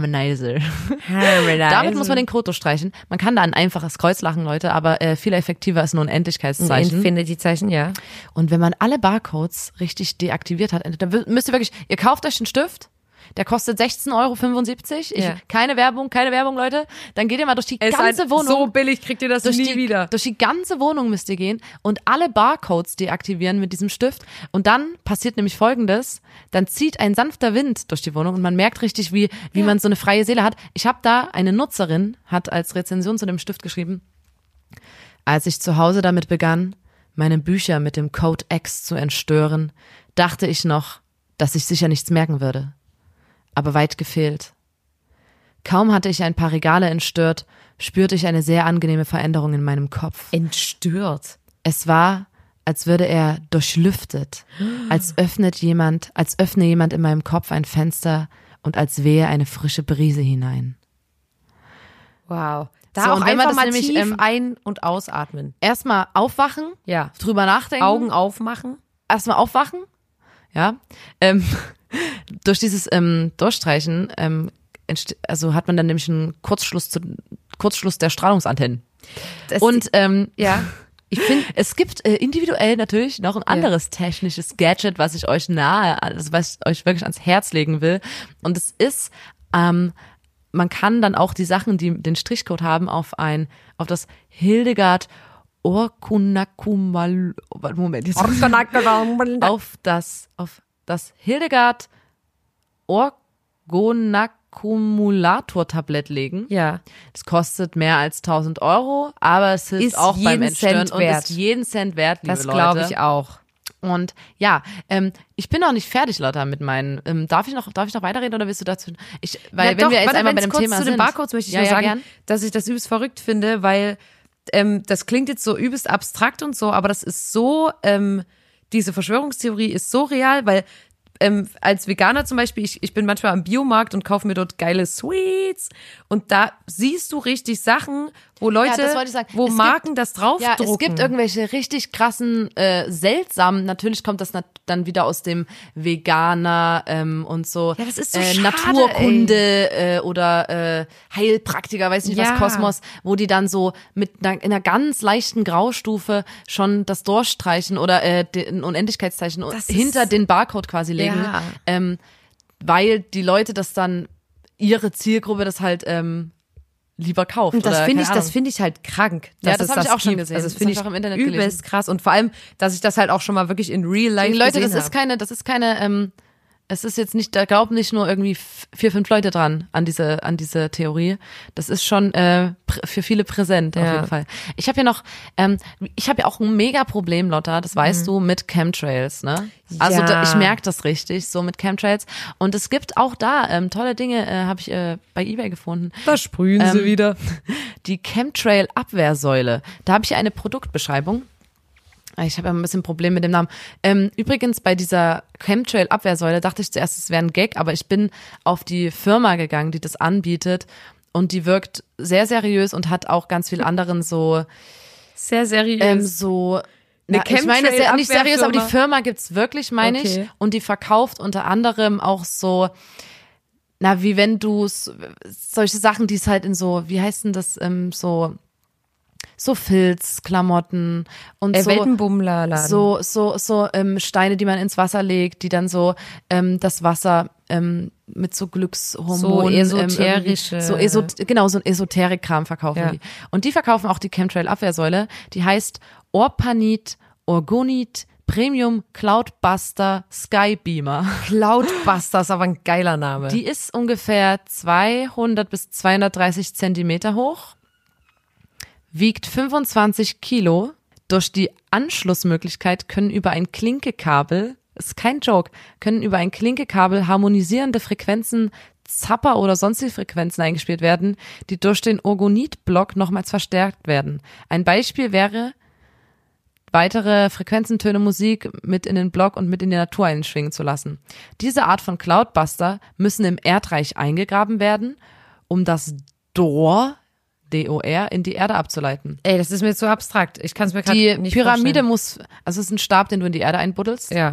B: Damit muss man den Code durchstreichen. Man kann da ein einfaches Kreuz machen, Leute, aber viel effektiver ist nur ein Endlichkeitszeichen.
A: Infinity-Zeichen, ja.
B: Und wenn man alle Barcodes richtig deaktiviert hat, dann müsst ihr wirklich, ihr kauft euch einen Stift, der kostet 16,75 €. Keine Werbung, Leute. Dann geht ihr mal durch die ganze Wohnung.
A: So billig kriegt ihr das nie wieder.
B: Durch die ganze Wohnung müsst ihr gehen und alle Barcodes deaktivieren mit diesem Stift. Und dann passiert nämlich Folgendes. Dann zieht ein sanfter Wind durch die Wohnung und man merkt richtig, wie man so eine freie Seele hat. Ich habe da eine Nutzerin, hat als Rezension zu dem Stift geschrieben, als ich zu Hause damit begann, meine Bücher mit dem Code X zu entstören, dachte ich noch, dass ich sicher nichts merken würde. Aber weit gefehlt. Kaum hatte ich ein paar Regale entstört, spürte ich eine sehr angenehme Veränderung in meinem Kopf.
A: Entstört?
B: Es war, als würde er durchlüftet, als öffne jemand in meinem Kopf ein Fenster und als wehe eine frische Brise hinein.
A: Wow. Da
B: So,
A: auch
B: und wenn man
A: einfach
B: das
A: mal
B: nämlich,
A: tief ein- und ausatmen.
B: Erstmal aufwachen,
A: Ja.
B: drüber nachdenken.
A: Augen aufmachen.
B: Erstmal aufwachen, ja. Durch dieses Durchstreichen also hat man dann nämlich einen Kurzschluss der Strahlungsantennen.
A: Ja.
B: Ich finde, es gibt individuell natürlich noch ein anderes technisches Gadget, was ich euch was ich euch wirklich ans Herz legen will. Und es ist, man kann dann auch die Sachen, die den Strichcode haben, auf das Hildegard Orkunakumal, Moment, jetzt auf das Hildegard Orgonakkumulator-Tablett legen.
A: Ja.
B: Das kostet mehr als 1.000 €, aber es hilft
A: Ist
B: auch beim
A: jeden
B: Entstören
A: Cent
B: und
A: wert.
B: ist jeden Cent wert, liebe
A: Das
B: Leute.
A: glaube ich auch.
B: Und ja, ich bin noch nicht fertig, Lotta, mit meinen. Darf ich noch weiterreden oder willst du dazu? Weil wenn wir jetzt einmal bei dem Thema
A: zu
B: sind.
A: den Barcodes möchte ich nur sagen,
B: gern.
A: dass ich das übelst verrückt finde, weil das klingt jetzt so übelst abstrakt und so, aber das ist so, diese Verschwörungstheorie ist so real, weil als Veganer zum Beispiel, ich bin manchmal am Biomarkt und kaufe mir dort geile Sweets und da siehst du richtig Sachen, wo Leute,
B: das wollte ich sagen.
A: wo Marken das draufdrucken.
B: Ja, es gibt irgendwelche richtig krassen, seltsamen, natürlich kommt das dann wieder aus dem Veganer und so,
A: Ja, das ist so schade,
B: Naturkunde oder Heilpraktiker, weiß nicht
A: Ja.
B: was, Kosmos, wo die dann so in einer ganz leichten Graustufe schon das durchstreichen oder ein Unendlichkeitszeichen
A: Das
B: hinter
A: ist-
B: den Barcode quasi legen,
A: Ja.
B: weil die Leute das dann, ihre Zielgruppe das halt lieber kauft.
A: Und das
B: oder,
A: finde
B: keine
A: ich,
B: Ahnung.
A: halt krank.
B: Ja,
A: dass
B: das
A: es
B: habe ich auch schon
A: gibt.
B: gesehen.
A: Also das
B: Das
A: finde
B: hab ich
A: ich
B: auch im Internet
A: übelst
B: gelesen.
A: krass. Und vor allem, dass ich das halt auch schon mal wirklich in Real Life
B: Leute,
A: gesehen
B: das ist keine, es ist jetzt nicht, da glauben nicht nur irgendwie 4, 5 Leute dran an diese Theorie. Das ist schon für viele präsent auf
A: Ja.
B: jeden Fall. Ich habe ja auch ein mega Problem, Lotta, das weißt du, mit Chemtrails, ne? Also
A: Ja.
B: ich merke das richtig, so mit Chemtrails. Und es gibt auch da tolle Dinge, habe ich bei eBay gefunden.
A: Da sprühen sie wieder.
B: Die Chemtrail-Abwehrsäule. Da habe ich eine Produktbeschreibung. Ich habe ja ein bisschen ein Problem mit dem Namen. Übrigens, bei dieser Chemtrail-Abwehrsäule dachte ich zuerst, es wäre ein Gag, aber ich bin auf die Firma gegangen, die das anbietet. Und die wirkt sehr seriös und hat auch ganz viel anderen so,
A: Sehr seriös.
B: ich meine, es ist ja nicht seriös, aber die
A: Chemtrail-Abwehrfirma?
B: Firma gibt's wirklich, meine ich.
A: Okay.
B: Und die verkauft unter anderem auch so, wie wenn du solche Sachen, die es halt in so, wie heißt denn das, so Filzklamotten und so
A: Weltenbummlerladen.
B: so Steine, die man ins Wasser legt, die dann so das Wasser mit so Glückshormonen,
A: So esoterische.
B: so ein Esoterik-Kram verkaufen
A: Ja.
B: die. Und die verkaufen auch die Chemtrail-Abwehrsäule, die heißt Orpanit, Orgonit, Premium Cloudbuster Skybeamer.
A: Cloudbusters, aber ein geiler Name.
B: Die ist ungefähr 200 bis 230 Zentimeter hoch, wiegt 25 Kilo. Durch die Anschlussmöglichkeit können über ein Klinkekabel, ist kein Joke, harmonisierende Frequenzen, Zapper oder sonstige Frequenzen eingespielt werden, die durch den Orgonit-Block nochmals verstärkt werden. Ein Beispiel wäre, weitere Frequenzen, Töne, Musik mit in den Block und mit in die Natur einschwingen zu lassen. Diese Art von Cloudbuster müssen im Erdreich eingegraben werden, um das DOR in die Erde abzuleiten.
A: Ey, das ist mir zu abstrakt. Ich kann es mir gerade
B: Die
A: nicht
B: Pyramide
A: vorstellen.
B: es ist ein Stab, den du in die Erde einbuddelst.
A: Ja.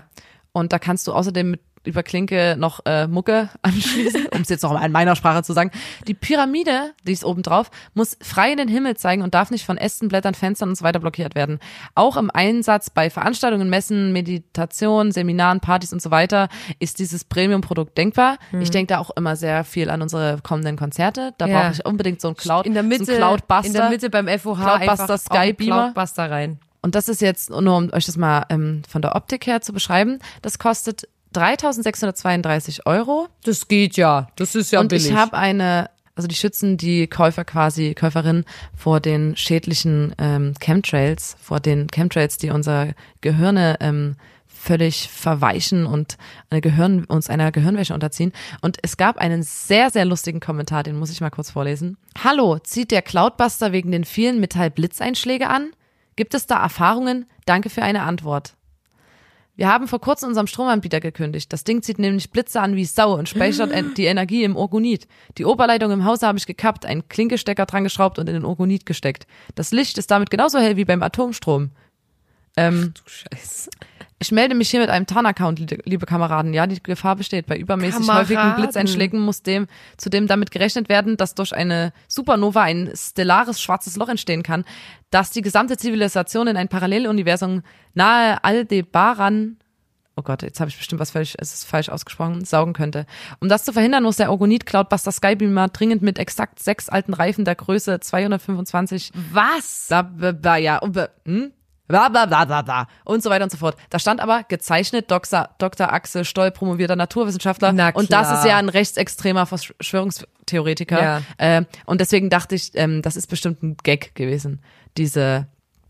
B: Und da kannst du außerdem über Klinke noch Mucke anschließen, um es jetzt noch in meiner Sprache zu sagen. Die Pyramide, die ist oben drauf, muss frei in den Himmel zeigen und darf nicht von Ästen, Blättern, Fenstern und so weiter blockiert werden. Auch im Einsatz bei Veranstaltungen, Messen, Meditationen, Seminaren, Partys und so weiter ist dieses Premium-Produkt denkbar. Ich denke da auch immer sehr viel an unsere kommenden Konzerte. Da brauche ich unbedingt so ein Cloudbuster.
A: In der Mitte beim FOH
B: Cloudbuster
A: einfach
B: Sky Beamer.
A: Cloudbuster rein.
B: Und das ist jetzt, nur um euch das mal von der Optik her zu beschreiben, das kostet 3.632 €.
A: Das geht ja. Das ist ja billig.
B: Und ich habe also die schützen die Käuferin vor den schädlichen Chemtrails, die unser Gehirne völlig verweichen und uns einer Gehirnwäsche unterziehen. Und es gab einen sehr, sehr lustigen Kommentar, den muss ich mal kurz vorlesen. Hallo, zieht der Cloudbuster wegen den vielen Metallblitzeinschläge an? Gibt es da Erfahrungen? Danke für eine Antwort. Wir haben vor kurzem unserem Stromanbieter gekündigt. Das Ding zieht nämlich Blitze an wie Sau und speichert die Energie im Orgonit. Die Oberleitung im Hause habe ich gekappt, einen Klinkestecker dran geschraubt und in den Orgonit gesteckt. Das Licht ist damit genauso hell wie beim Atomstrom.
A: Ach du Scheiße.
B: Ich melde mich hier mit einem Tarn-Account, liebe Kameraden. Ja, die Gefahr besteht. Bei übermäßig häufigen Blitzeinschlägen muss zudem damit gerechnet werden, dass durch eine Supernova ein stellares schwarzes Loch entstehen kann, das die gesamte Zivilisation in ein Paralleluniversum nahe Aldebaran, oh Gott, jetzt habe ich bestimmt falsch ausgesprochen, saugen könnte. Um das zu verhindern, muss der Orgonit Cloudbuster Skybeamer dringend mit exakt 6 alten Reifen der Größe 225 und so weiter und so fort. Da stand aber gezeichnet Dr. Axel Stoll, promovierter Naturwissenschaftler.
A: Na klar.
B: Und das ist ja ein rechtsextremer Verschwörungstheoretiker.
A: Ja.
B: Und deswegen dachte ich, das ist bestimmt ein Gag gewesen. Diese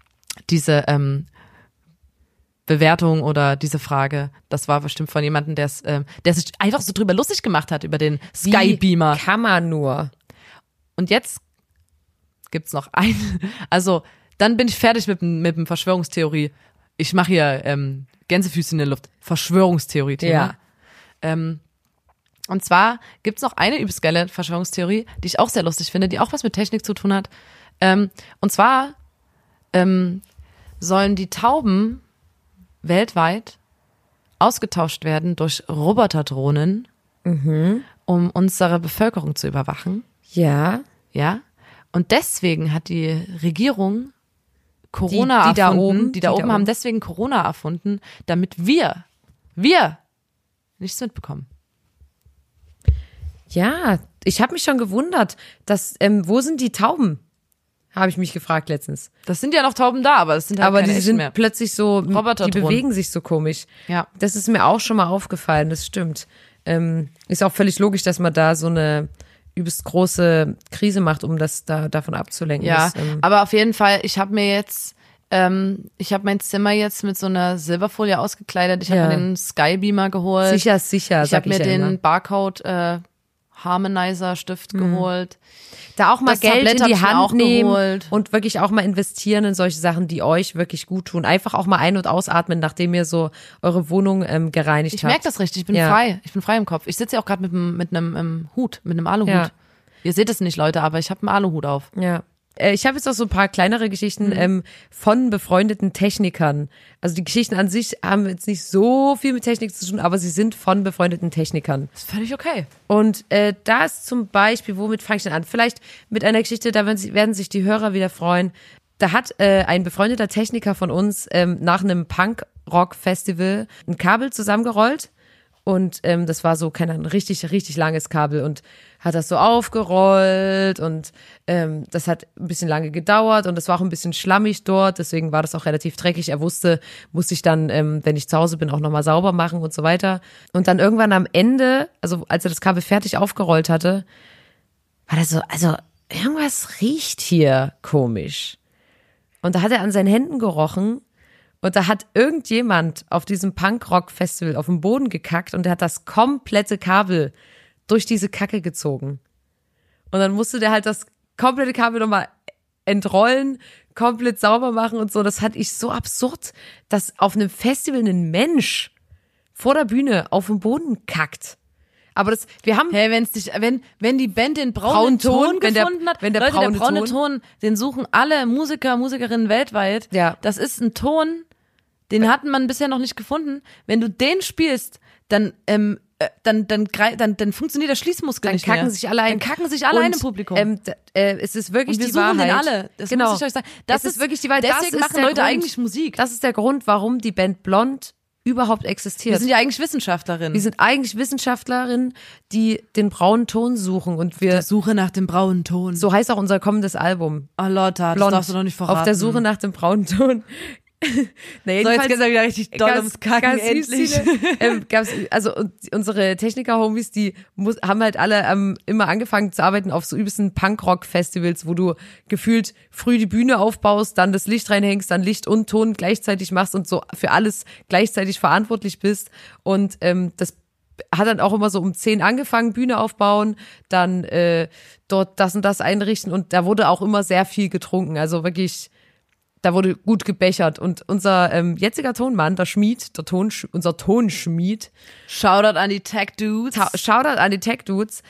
B: Bewertung oder diese Frage, das war bestimmt von jemandem, der sich einfach so drüber lustig gemacht hat über den Skybeamer.
A: Wie kann man nur?
B: Und jetzt gibt's noch also dann bin ich fertig mit dem Verschwörungstheorie. Ich mache hier Gänsefüßchen in der Luft. Verschwörungstheorie-Thema. Ja. Und zwar gibt's noch eine übelst geile Verschwörungstheorie, die ich auch sehr lustig finde, die auch was mit Technik zu tun hat. Und zwar sollen die Tauben weltweit ausgetauscht werden durch Roboterdrohnen, um unsere Bevölkerung zu überwachen.
A: Ja.
B: Ja. Und deswegen hat die Regierung Corona erfunden. Die da oben haben deswegen Corona erfunden, damit wir nichts mitbekommen.
A: Ja, ich habe mich schon gewundert, dass wo sind die Tauben? Habe ich mich gefragt letztens.
B: Das sind ja noch Tauben da, aber es sind halt keine
A: die sind
B: mehr.
A: Plötzlich so, die bewegen sich so komisch.
B: Ja.
A: Das ist mir auch schon mal aufgefallen, das stimmt. Ist auch völlig logisch, dass man da so eine übelst große Krise macht, um das davon abzulenken.
B: Ja, aber auf jeden Fall, ich habe mein Zimmer jetzt mit so einer Silberfolie ausgekleidet. Ich habe mir den Skybeamer geholt.
A: Sicher.
B: Ich habe mir den Barcode Harmonizer Stift geholt.
A: Da auch mal
B: das
A: Geld
B: Tablett
A: in die
B: hab ich mir
A: Hand
B: auch
A: nehmen
B: geholt.
A: Und wirklich auch mal investieren in solche Sachen, die euch wirklich gut tun. Einfach auch mal ein- und ausatmen, nachdem ihr so eure Wohnung gereinigt habt.
B: Ich merke das richtig, ich bin frei. Ich bin frei im Kopf. Ich sitze ja auch gerade mit einem Hut, mit einem Aluhut. Ja. Ihr seht es nicht, Leute, aber ich habe einen Aluhut auf.
A: Ja. Ich habe jetzt auch so ein paar kleinere Geschichten von befreundeten Technikern. Also die Geschichten an sich haben jetzt nicht so viel mit Technik zu tun, aber sie sind von befreundeten Technikern.
B: Das ist völlig okay.
A: Und da ist zum Beispiel, womit fange ich denn an? Vielleicht mit einer Geschichte, da werden sich die Hörer wieder freuen. Da hat ein befreundeter Techniker von uns nach einem Punk-Rock-Festival ein Kabel zusammengerollt. Und das war so, keine Ahnung, richtig, richtig langes Kabel und hat das so aufgerollt und das hat ein bisschen lange gedauert und es war auch ein bisschen schlammig dort, deswegen war das auch relativ dreckig. Er wusste, muss ich dann, wenn ich zu Hause bin, auch nochmal sauber machen und so weiter. Und dann irgendwann am Ende, also als er das Kabel fertig aufgerollt hatte, war das so, also irgendwas riecht hier komisch. Und da hat er an seinen Händen gerochen. Und da hat irgendjemand auf diesem Punkrock-Festival auf den Boden gekackt und der hat das komplette Kabel durch diese Kacke gezogen. Und dann musste der halt das komplette Kabel nochmal entrollen, komplett sauber machen und so. Das fand ich so absurd, dass auf einem Festival ein Mensch vor der Bühne auf den Boden kackt. Aber wir haben.
B: Hey, wenn die Band den braunen Ton gefunden hat,
A: wenn der
B: Leute,
A: braune
B: Ton, den suchen alle Musiker, Musikerinnen weltweit.
A: Ja.
B: Das ist ein Ton, Den hat man bisher noch nicht gefunden. Wenn du den spielst, dann funktioniert der Schließmuskel nicht mehr.
A: Dann kacken sich alle ein im Publikum. Es ist wirklich
B: und wir
A: die
B: suchen
A: Wahrheit.
B: Den alle. Das muss ich euch sagen. Das ist
A: wirklich die Wahrheit.
B: Deswegen machen Leute eigentlich Musik.
A: Das ist der Grund, warum die Band Blond überhaupt existiert.
B: Wir sind ja eigentlich Wissenschaftlerinnen.
A: Wir sind eigentlich Wissenschaftlerinnen, die den braunen Ton suchen und wir...
B: Der Suche nach dem braunen Ton.
A: So heißt auch unser kommendes Album.
B: Oh Lotta, das darfst du noch nicht verraten.
A: Auf der Suche nach dem braunen Ton.
B: So, jetzt geht's ja wieder richtig doll ums Kacken, endlich.
A: Also unsere Techniker-Homies, die haben halt alle immer angefangen zu arbeiten auf so übelsten Punkrock-Festivals, wo du gefühlt früh die Bühne aufbaust, dann das Licht reinhängst, dann Licht und Ton gleichzeitig machst und so für alles gleichzeitig verantwortlich bist. Und das hat dann auch immer so um 10 angefangen, Bühne aufbauen, dann dort das und das einrichten und da wurde auch immer sehr viel getrunken, also wirklich... Da wurde gut gebechert und unser jetziger Tonmann, der Schmied, unser Tonschmied.
B: Shoutout an die Tech Dudes.
A: Shoutout an die Tech Dudes.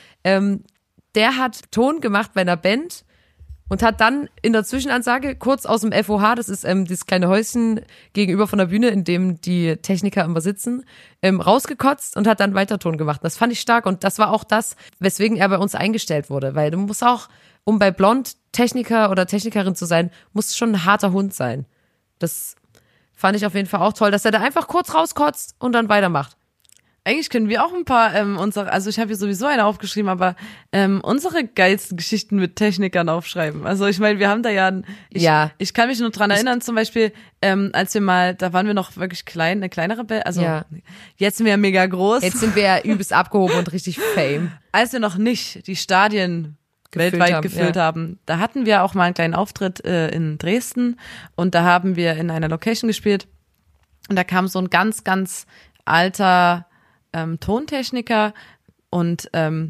A: Der hat Ton gemacht bei einer Band und hat dann in der Zwischenansage kurz aus dem FOH, das ist dieses kleine Häuschen gegenüber von der Bühne, in dem die Techniker immer sitzen, rausgekotzt und hat dann weiter Ton gemacht. Das fand ich stark und das war auch das, weswegen er bei uns eingestellt wurde, weil du musst auch, um bei Blond Techniker oder Technikerin zu sein, muss schon ein harter Hund sein. Das fand ich auf jeden Fall auch toll, dass er da einfach kurz rauskotzt und dann weitermacht.
B: Eigentlich können wir auch ein paar also ich habe hier sowieso eine aufgeschrieben, aber unsere geilsten Geschichten mit Technikern aufschreiben. Also ich meine, wir haben da ich kann mich nur dran erinnern, zum Beispiel, als wir mal, da waren wir noch wirklich klein, eine kleinere Band, also jetzt sind wir ja mega groß.
A: Jetzt sind wir ja übelst abgehoben und richtig Fame.
B: Als wir noch nicht die Stadien weltweit gefüllt haben. Da hatten wir auch mal einen kleinen Auftritt in Dresden und da haben wir in einer Location gespielt und da kam so ein ganz, ganz alter Tontechniker und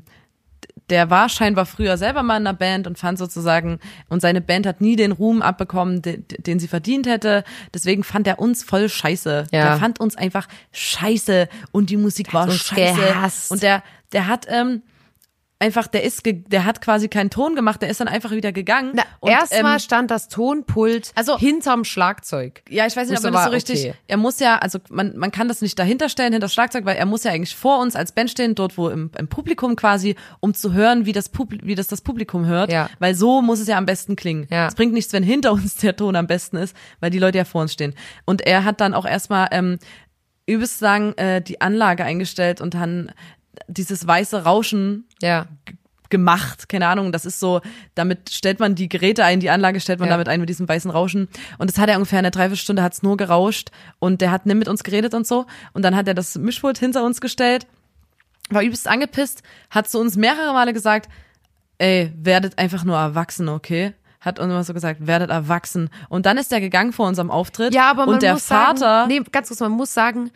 B: der war scheinbar früher selber mal in einer Band und fand sozusagen, und seine Band hat nie den Ruhm abbekommen, den sie verdient hätte. Deswegen fand er uns voll scheiße.
A: Ja.
B: Der fand uns einfach scheiße und die Musik war scheiße.
A: Gehasst.
B: Und der hat einfach, der hat quasi keinen Ton gemacht, der ist dann einfach wieder gegangen.
A: Erstmal stand das Tonpult hinterm Schlagzeug.
B: Ja, ich weiß nicht, ob man das so richtig, er muss ja, also man kann das nicht dahinter stellen, hinter das Schlagzeug, weil er muss ja eigentlich vor uns als Band stehen, dort wo im Publikum quasi, um zu hören, wie das Publikum hört, weil so muss es ja am besten klingen.
A: Ja.
B: Es bringt nichts, wenn hinter uns der Ton am besten ist, weil die Leute ja vor uns stehen. Und er hat dann auch erstmal übelst lang die Anlage eingestellt und dann dieses weiße Rauschen gemacht, keine Ahnung, das ist so, damit stellt man die Geräte ein, die Anlage stellt man damit ein mit diesem weißen Rauschen und das hat er ungefähr eine Dreiviertelstunde, hat's nur gerauscht und der hat nicht mit uns geredet und so und dann hat er das Mischpult hinter uns gestellt, war übelst angepisst, hat zu uns mehrere Male gesagt, ey, werdet einfach nur erwachsen, okay? Hat uns immer so gesagt, werdet erwachsen. Und dann ist er gegangen vor unserem Auftritt
A: aber man
B: und der
A: muss
B: Vater...
A: Sagen, ganz kurz, man muss sagen,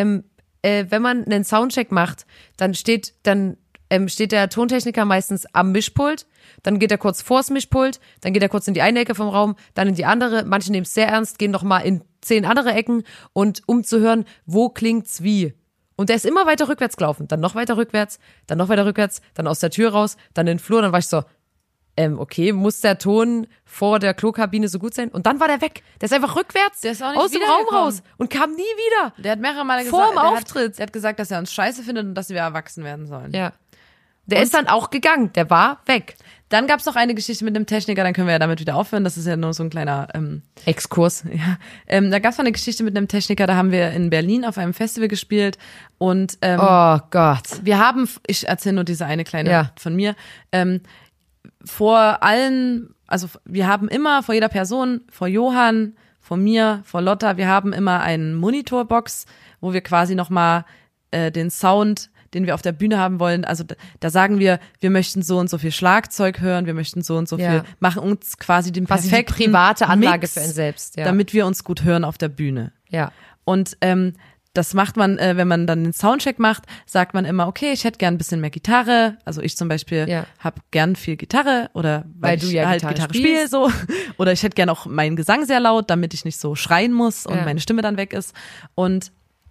A: wenn man einen Soundcheck macht, dann steht der Tontechniker meistens am Mischpult, dann geht er kurz vors Mischpult, dann geht er kurz in die eine Ecke vom Raum, dann in die andere, manche nehmen es sehr ernst, gehen noch mal in 10 andere Ecken und um zu hören, wo klingt's wie. Und der ist immer weiter rückwärts gelaufen, dann noch weiter rückwärts, dann noch weiter rückwärts, dann aus der Tür raus, dann in den Flur, dann war ich so, okay, muss der Ton vor der Klokabine so gut sein? Und dann war der weg. Der ist einfach rückwärts
B: der ist auch nicht
A: aus dem Raum raus und kam nie wieder.
B: Der hat mehrere Male
A: vor
B: gesagt,
A: dem Auftritt.
B: Der hat gesagt, dass er uns scheiße findet und dass wir erwachsen werden sollen.
A: Ja. Der ist dann auch gegangen. Der war weg.
B: Dann gab's noch eine Geschichte mit einem Techniker, dann können wir ja damit wieder aufhören. Das ist ja nur so ein kleiner
A: Exkurs.
B: Ja. Da gab's noch eine Geschichte mit einem Techniker, da haben wir in Berlin auf einem Festival gespielt und
A: oh Gott.
B: Ich erzähle nur diese eine kleine von mir. Vor allen, also wir haben immer vor jeder Person, vor Johann, vor mir, vor Lotta, wir haben immer eine Monitorbox, wo wir quasi nochmal den Sound, den wir auf der Bühne haben wollen, also da sagen wir möchten so und so viel Schlagzeug hören, wir möchten so und so viel, machen uns quasi den perfekten
A: private Anlage
B: Mix,
A: für einen selbst,
B: damit wir uns gut hören auf der Bühne.
A: Ja.
B: Und das macht man, wenn man dann den Soundcheck macht, sagt man immer, okay, ich hätte gern ein bisschen mehr Gitarre. Also ich zum Beispiel habe gern viel Gitarre oder weil
A: du
B: ich
A: ja
B: halt Gitarre spiele so. Oder ich hätte gern auch meinen Gesang sehr laut, damit ich nicht so schreien muss und meine Stimme dann weg ist. Und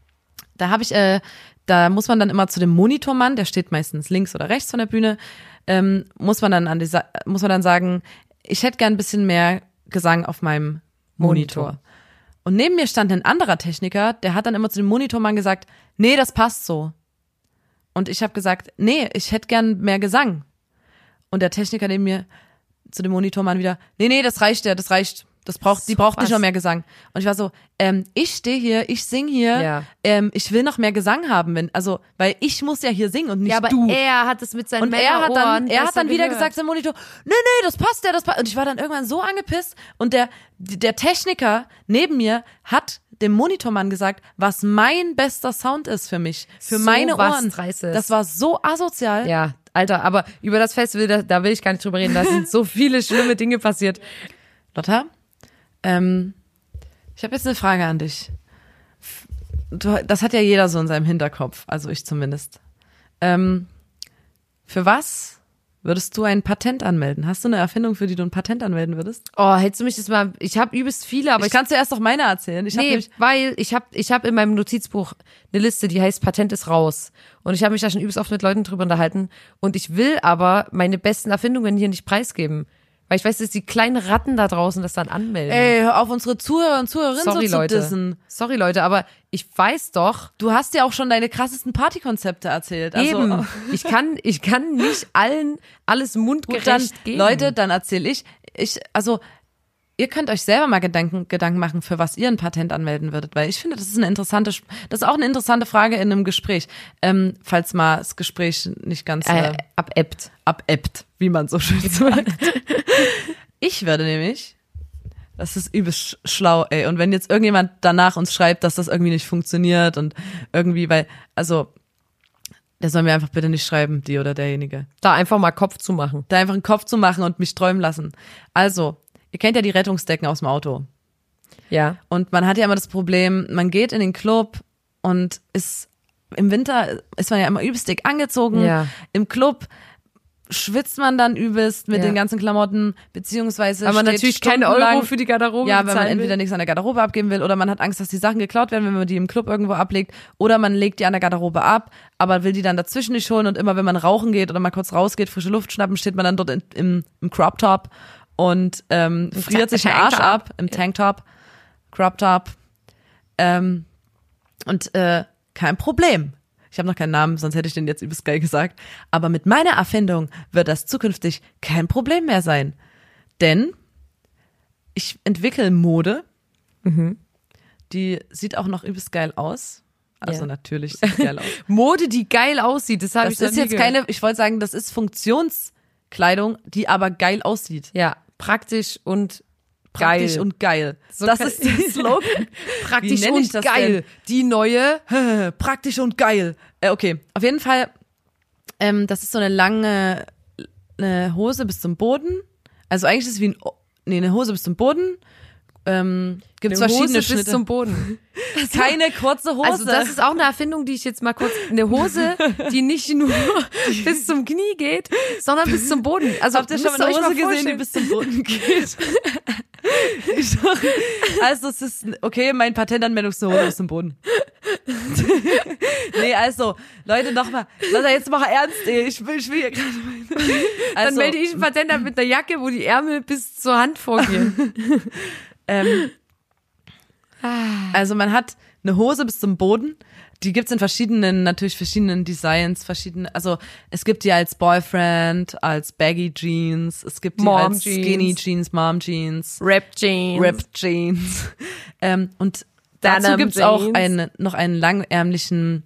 B: da muss man dann immer zu dem Monitormann, der steht meistens links oder rechts von der Bühne, muss man dann sagen, ich hätte gern ein bisschen mehr Gesang auf meinem Monitor. Und neben mir stand ein anderer Techniker, der hat dann immer zu dem Monitormann gesagt, nee, das passt so. Und ich habe gesagt, nee, ich hätte gern mehr Gesang. Und der Techniker neben mir zu dem Monitormann wieder, nee, das reicht. Die braucht nicht noch mehr Gesang. Und ich war so, ich stehe hier, ich sing hier, ich will noch mehr Gesang haben, weil ich muss ja hier singen und nicht du.
A: Aber er hat es mit seinen
B: Männerohren. Er hat dann wieder gesagt zum Monitor, nee, das passt. Und ich war dann irgendwann so angepisst und der Techniker neben mir hat dem Monitormann gesagt, was mein bester Sound ist für mich, für meine Ohren. Das war so asozial.
A: Ja, Alter, aber über das Festival, da will ich gar nicht drüber reden, da sind so viele schlimme Dinge passiert.
B: Lotta, ich habe jetzt eine Frage an dich. Das hat ja jeder so in seinem Hinterkopf, also ich zumindest. Für was würdest du ein Patent anmelden? Hast du eine Erfindung, für die du ein Patent anmelden würdest?
A: Oh, hättest du mich das mal, ich habe übelst viele, aber
B: ich kann zuerst noch meine erzählen.
A: Weil ich hab in meinem Notizbuch eine Liste, die heißt Patent ist raus. Und ich habe mich da schon übelst oft mit Leuten drüber unterhalten. Und ich will aber meine besten Erfindungen hier nicht preisgeben. Weil ich weiß, dass die kleinen Ratten da draußen das dann anmelden.
B: Ey, hör auf, unsere Zuhörer und Zuhörerinnen zu dissen.
A: Sorry, Leute, aber ich weiß doch.
B: Du hast ja auch schon deine krassesten Partykonzepte erzählt. Also,
A: eben. Ich kann nicht allen alles mundgerecht geben.
B: Leute, dann erzähle ich. Ihr könnt euch selber mal Gedanken machen, für was ihr ein Patent anmelden würdet, weil ich finde, das ist auch eine interessante Frage in einem Gespräch, falls mal das Gespräch nicht ganz abebbt, wie man so schön sagt. Ich würde nämlich, das ist übelst schlau, ey, und wenn jetzt irgendjemand danach uns schreibt, dass das irgendwie nicht funktioniert und irgendwie, der soll mir einfach bitte nicht schreiben, die oder derjenige.
A: Da einfach mal Kopf zu machen.
B: Da einfach einen Kopf zu machen und mich träumen lassen. Also, ihr kennt ja die Rettungsdecken aus dem Auto.
A: Ja.
B: Und man hat ja immer das Problem, man geht in den Club und im Winter ist man ja immer übelst dick angezogen.
A: Ja.
B: Im Club schwitzt man dann übelst mit den ganzen Klamotten, beziehungsweise
A: weil man natürlich keine Euro für die Garderobe
B: weil man entweder nichts an der Garderobe abgeben will oder man hat Angst, dass die Sachen geklaut werden, wenn man die im Club irgendwo ablegt, oder man legt die an der Garderobe ab, aber will die dann dazwischen nicht holen, und immer wenn man rauchen geht oder mal kurz rausgeht, frische Luft schnappen, steht man dann dort im Crop Top und friert sich den Arsch ab im Tanktop, Crop Top, und kein Problem. Ich habe noch keinen Namen, sonst hätte ich den jetzt übelst geil gesagt. Aber mit meiner Erfindung wird das zukünftig kein Problem mehr sein. Denn ich entwickle Mode, die sieht auch noch übelst geil aus. Also natürlich sieht geil aus.
A: Mode, die geil aussieht, das habe ich noch nie gehört.
B: Das ist jetzt ich wollte sagen, das ist Funktionskleidung, die aber geil aussieht.
A: Ja, praktisch und
B: Praktisch und geil.
A: So
B: das ist der Slogan.
A: Praktisch und geil. Die neue.
B: Praktisch und geil. Okay, auf jeden Fall, das ist so eine lange Hose bis zum Boden. Also eigentlich ist es wie eine Hose bis zum Boden. Gibt's verschiedene Schnitte.
A: Bis zum Boden.
B: Keine kurze Hose.
A: Also das ist auch eine Erfindung, die ich jetzt mal kurz, eine Hose, die nicht nur bis zum Knie geht, sondern bis zum Boden. Also
B: habt ihr schon mal eine Hose gesehen, die bis zum Boden geht? Also es ist, okay, mein Patentanmeldung ist eine Hose bis zum Boden. Nee, also, Leute, nochmal, Leute, jetzt mach ernst, ey. Ich will hier gerade
A: Dann melde ich ein Patent an mit einer Jacke, wo die Ärmel bis zur Hand vorgehen.
B: Also man hat eine Hose bis zum Boden, die gibt's in verschiedenen Designs, also es gibt die als Boyfriend, als Baggy Jeans, es gibt die als Skinny Jeans, Mom Jeans,
A: Ripped Jeans.
B: Und dazu gibt's auch noch einen langärmlichen,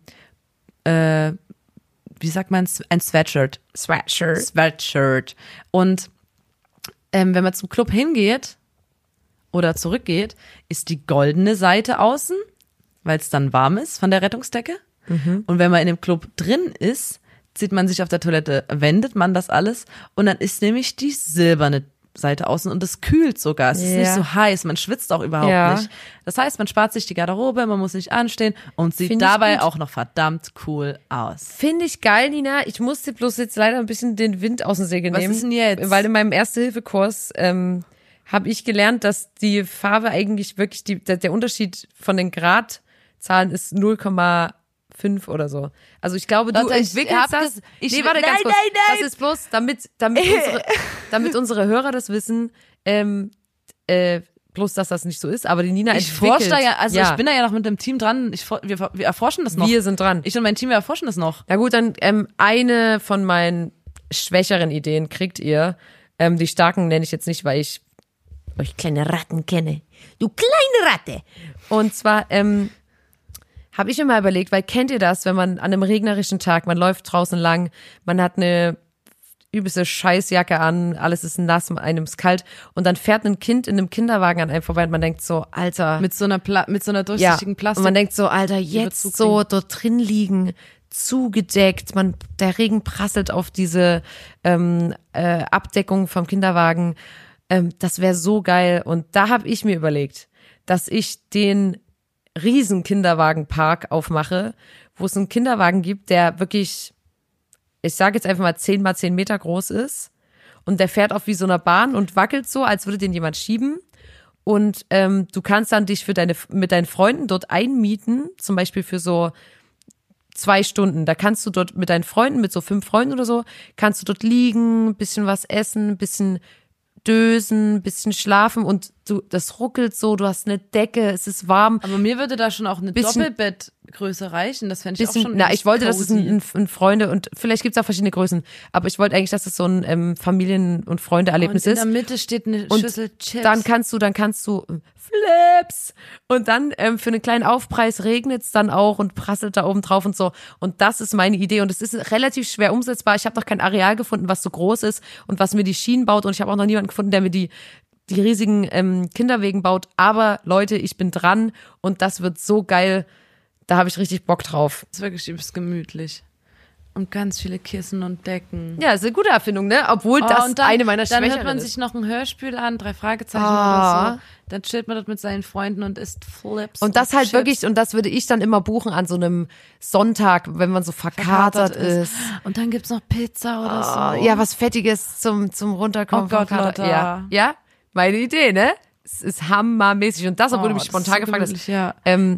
B: wie sagt man, ein Sweatshirt. Und wenn man zum Club hingeht oder zurückgeht, ist die goldene Seite außen, weil es dann warm ist von der Rettungsdecke. Und wenn man in dem Club drin ist, zieht man sich auf der Toilette, wendet man das alles und dann ist nämlich die silberne Seite außen und es kühlt sogar. Es ist nicht so heiß, man schwitzt auch überhaupt nicht. Das heißt, man spart sich die Garderobe, man muss nicht anstehen und sieht dabei auch noch verdammt cool aus.
A: Finde ich geil, Nina. Ich musste bloß jetzt leider ein bisschen den Wind aus den Segeln nehmen.
B: Was ist denn jetzt?
A: Weil in meinem Erste-Hilfe-Kurs habe ich gelernt, dass die Farbe eigentlich wirklich, der Unterschied von den Gradzahlen ist 0,5 oder so. Also ich glaube, du entwickelst das. Warte ganz kurz. Das ist bloß, damit unsere Hörer das wissen, bloß dass das nicht so ist, aber die Nina
B: Ich
A: entwickelt.
B: forsche da ja, also ich bin da ja noch mit dem Team dran. Wir erforschen das noch.
A: Wir sind dran.
B: Ich und mein Team, wir erforschen das noch.
A: Na gut, dann eine von meinen schwächeren Ideen kriegt ihr. Die starken nenne ich jetzt nicht, weil ich euch kleine Ratten kenne. Du kleine Ratte! Und zwar habe ich mir mal überlegt, weil kennt ihr das, wenn man an einem regnerischen Tag, man läuft draußen lang, man hat eine übelste Scheißjacke an, alles ist nass, einem ist kalt und dann fährt ein Kind in einem Kinderwagen an einem vorbei und man denkt so, Alter.
B: Mit so einer durchsichtigen Plastik.
A: Und man denkt so, Alter, jetzt so dort drin liegen, zugedeckt, der Regen prasselt auf diese Abdeckung vom Kinderwagen. Das wäre so geil. Und da habe ich mir überlegt, dass ich den riesen Kinderwagenpark aufmache, wo es einen Kinderwagen gibt, der wirklich, ich sage jetzt einfach mal 10 mal 10 Meter groß ist und der fährt auf wie so einer Bahn und wackelt so, als würde den jemand schieben und du kannst dann dich mit deinen Freunden dort einmieten, zum Beispiel für so 2 Stunden. Da kannst du dort mit deinen Freunden, mit so 5 Freunden oder so, kannst du dort liegen, ein bisschen was essen, ein bisschen dösen, ein bisschen schlafen und das ruckelt so, du hast eine Decke, es ist warm.
B: Aber mir würde da schon auch eine Doppelbettgröße reichen, das fände ich auch schon
A: ich wollte, dass
B: cozy.
A: es ein Freunde und vielleicht gibt es auch verschiedene Größen, aber ich wollte eigentlich, dass es so ein Familien- und Freunde-Erlebnis ist.
B: Und in der Mitte steht eine
A: Und
B: Schüssel Chips.
A: Dann kannst du Flips und dann für einen kleinen Aufpreis regnet es dann auch und prasselt da oben drauf und so und das ist meine Idee und es ist relativ schwer umsetzbar. Ich habe noch kein Areal gefunden, was so groß ist und was mir die Schienen baut und ich habe auch noch niemanden gefunden, der mir die riesigen Kinderwegen baut, aber Leute, ich bin dran und das wird so geil, da habe ich richtig Bock drauf.
B: Das ist wirklich übelst gemütlich. Und ganz viele Kissen und Decken.
A: Ja, ist eine gute Erfindung, ne? Obwohl das
B: und dann,
A: eine meiner
B: Dann
A: Schwächeren
B: hört man
A: ist.
B: sich noch ein Hörspiel an, 3 Fragezeichen oder so. Dann chillt man dort mit seinen Freunden und isst Flips.
A: Und das halt
B: Chips.
A: wirklich, und das würde ich dann immer buchen an so einem Sonntag, wenn man so verkatert ist.
B: Und dann gibt's noch Pizza oder so.
A: Ja, was Fettiges zum Runterkommen.
B: Oh Gott,
A: vom Kater.
B: Lotta.
A: Ja, meine Idee, ne? Es ist hammermäßig. Und das, obwohl du mich
B: das
A: spontan
B: ist so
A: gefragt
B: gemütlich, ja.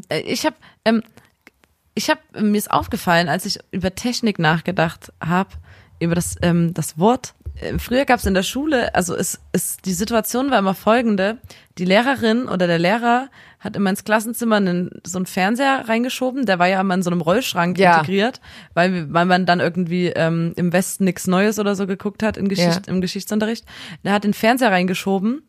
A: hast.
B: Mir ist aufgefallen, als ich über Technik nachgedacht habe, über das Wort. Früher gab es in der Schule, also die Situation war immer folgende: Die Lehrerin oder der Lehrer hat immer ins Klassenzimmer so einen Fernseher reingeschoben, der war ja immer in so einem Rollschrank integriert, weil man dann irgendwie im Westen nichts Neues oder so geguckt hat im Geschichtsunterricht. Der hat den Fernseher reingeschoben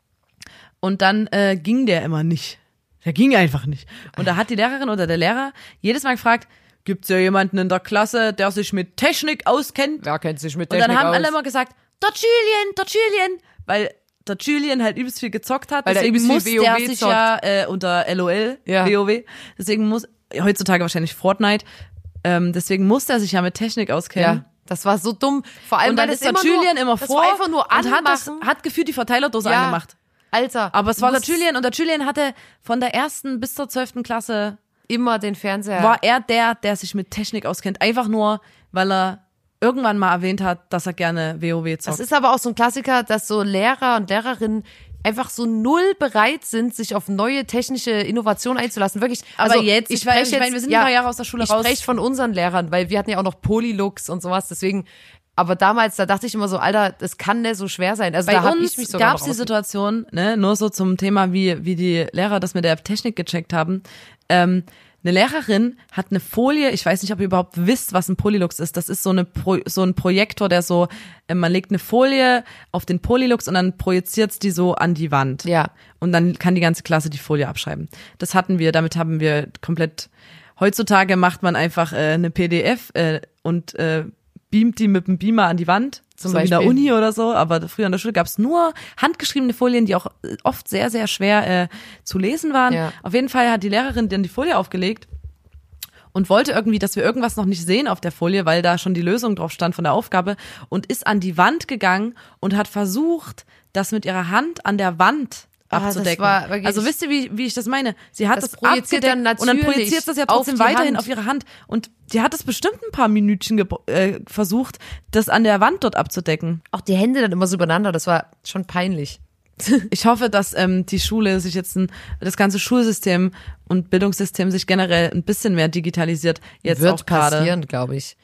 B: und dann ging der immer nicht. Der ging einfach nicht. Und da hat die Lehrerin oder der Lehrer jedes Mal gefragt, gibt's ja jemanden in der Klasse, der sich mit Technik auskennt?
A: Wer kennt sich mit Technik aus?
B: Und dann haben alle immer gesagt, der Julien, weil der Julien halt übelst viel gezockt hat.
A: Weil der
B: deswegen
A: übelst viel
B: muss
A: WoW
B: der sich
A: zockt.
B: ja unter LOL, WoW, deswegen heutzutage wahrscheinlich Fortnite, deswegen muss der sich ja mit Technik auskennen.
A: Ja, das war so dumm. Vor allem,
B: Und dann
A: weil
B: ist
A: das
B: der Julien immer
A: das
B: vor
A: war einfach nur
B: und
A: anmachen.
B: hat gefühlt die Verteilerdose
A: Ja.
B: angemacht.
A: Alter.
B: Aber es war der
A: muss
B: Julien und der Julien hatte von der 1. bis zur 12. Klasse
A: immer den Fernseher.
B: war er der sich mit Technik auskennt. Einfach nur, weil er irgendwann mal erwähnt hat, dass er gerne WoW zockt.
A: Das ist aber auch so ein Klassiker, dass so Lehrer und Lehrerinnen einfach so null bereit sind, sich auf neue technische Innovationen einzulassen. Wirklich.
B: Aber
A: also
B: jetzt, ich meine, wir sind ein paar Jahre aus der Schule raus.
A: Ich spreche von unseren Lehrern, weil wir hatten ja auch noch Polylux und sowas. Deswegen, aber damals, da dachte ich immer so, Alter, das kann nicht so schwer sein. Also
B: Bei
A: da habe
B: uns
A: ich mich sogar
B: gab es die Situation, ne, nur so zum Thema, wie die Lehrer das mit der Technik gecheckt haben. Eine Lehrerin hat eine Folie, ich weiß nicht, ob ihr überhaupt wisst, was ein Polylux ist. Das ist so ein Projektor, der so, man legt eine Folie auf den Polylux und dann projiziert's die so an die Wand.
A: Ja.
B: Und dann kann die ganze Klasse die Folie abschreiben. Das hatten wir, damit haben wir komplett, heutzutage macht man einfach eine PDF und beamt die mit dem Beamer an die Wand.
A: Zum
B: so wie in der
A: Beispiel.
B: Uni oder so, aber früher in der Schule gab es nur handgeschriebene Folien, die auch oft sehr, sehr schwer zu lesen waren.
A: Ja.
B: Auf jeden Fall hat die Lehrerin dann die Folie aufgelegt und wollte irgendwie, dass wir irgendwas noch nicht sehen auf der Folie, weil da schon die Lösung drauf stand von der Aufgabe und ist an die Wand gegangen und hat versucht, das mit ihrer Hand an der Wand abzudecken.
A: das war wirklich-
B: Also wisst ihr, wie ich das meine? Sie hat
A: Das
B: das
A: projiziert
B: abgedeckt
A: dann
B: und dann
A: natürlich
B: projiziert das ja
A: auf
B: trotzdem
A: die
B: weiterhin
A: Hand.
B: auf ihre Hand und die hat es bestimmt ein paar Minütchen versucht, das an der Wand dort abzudecken.
A: auch die Hände dann immer so übereinander. Das war schon peinlich.
B: Ich hoffe, dass die Schule sich jetzt das ganze Schulsystem und Bildungssystem sich generell ein bisschen mehr digitalisiert. Jetzt
A: Wird
B: auch gerade.
A: passieren, glaube ich.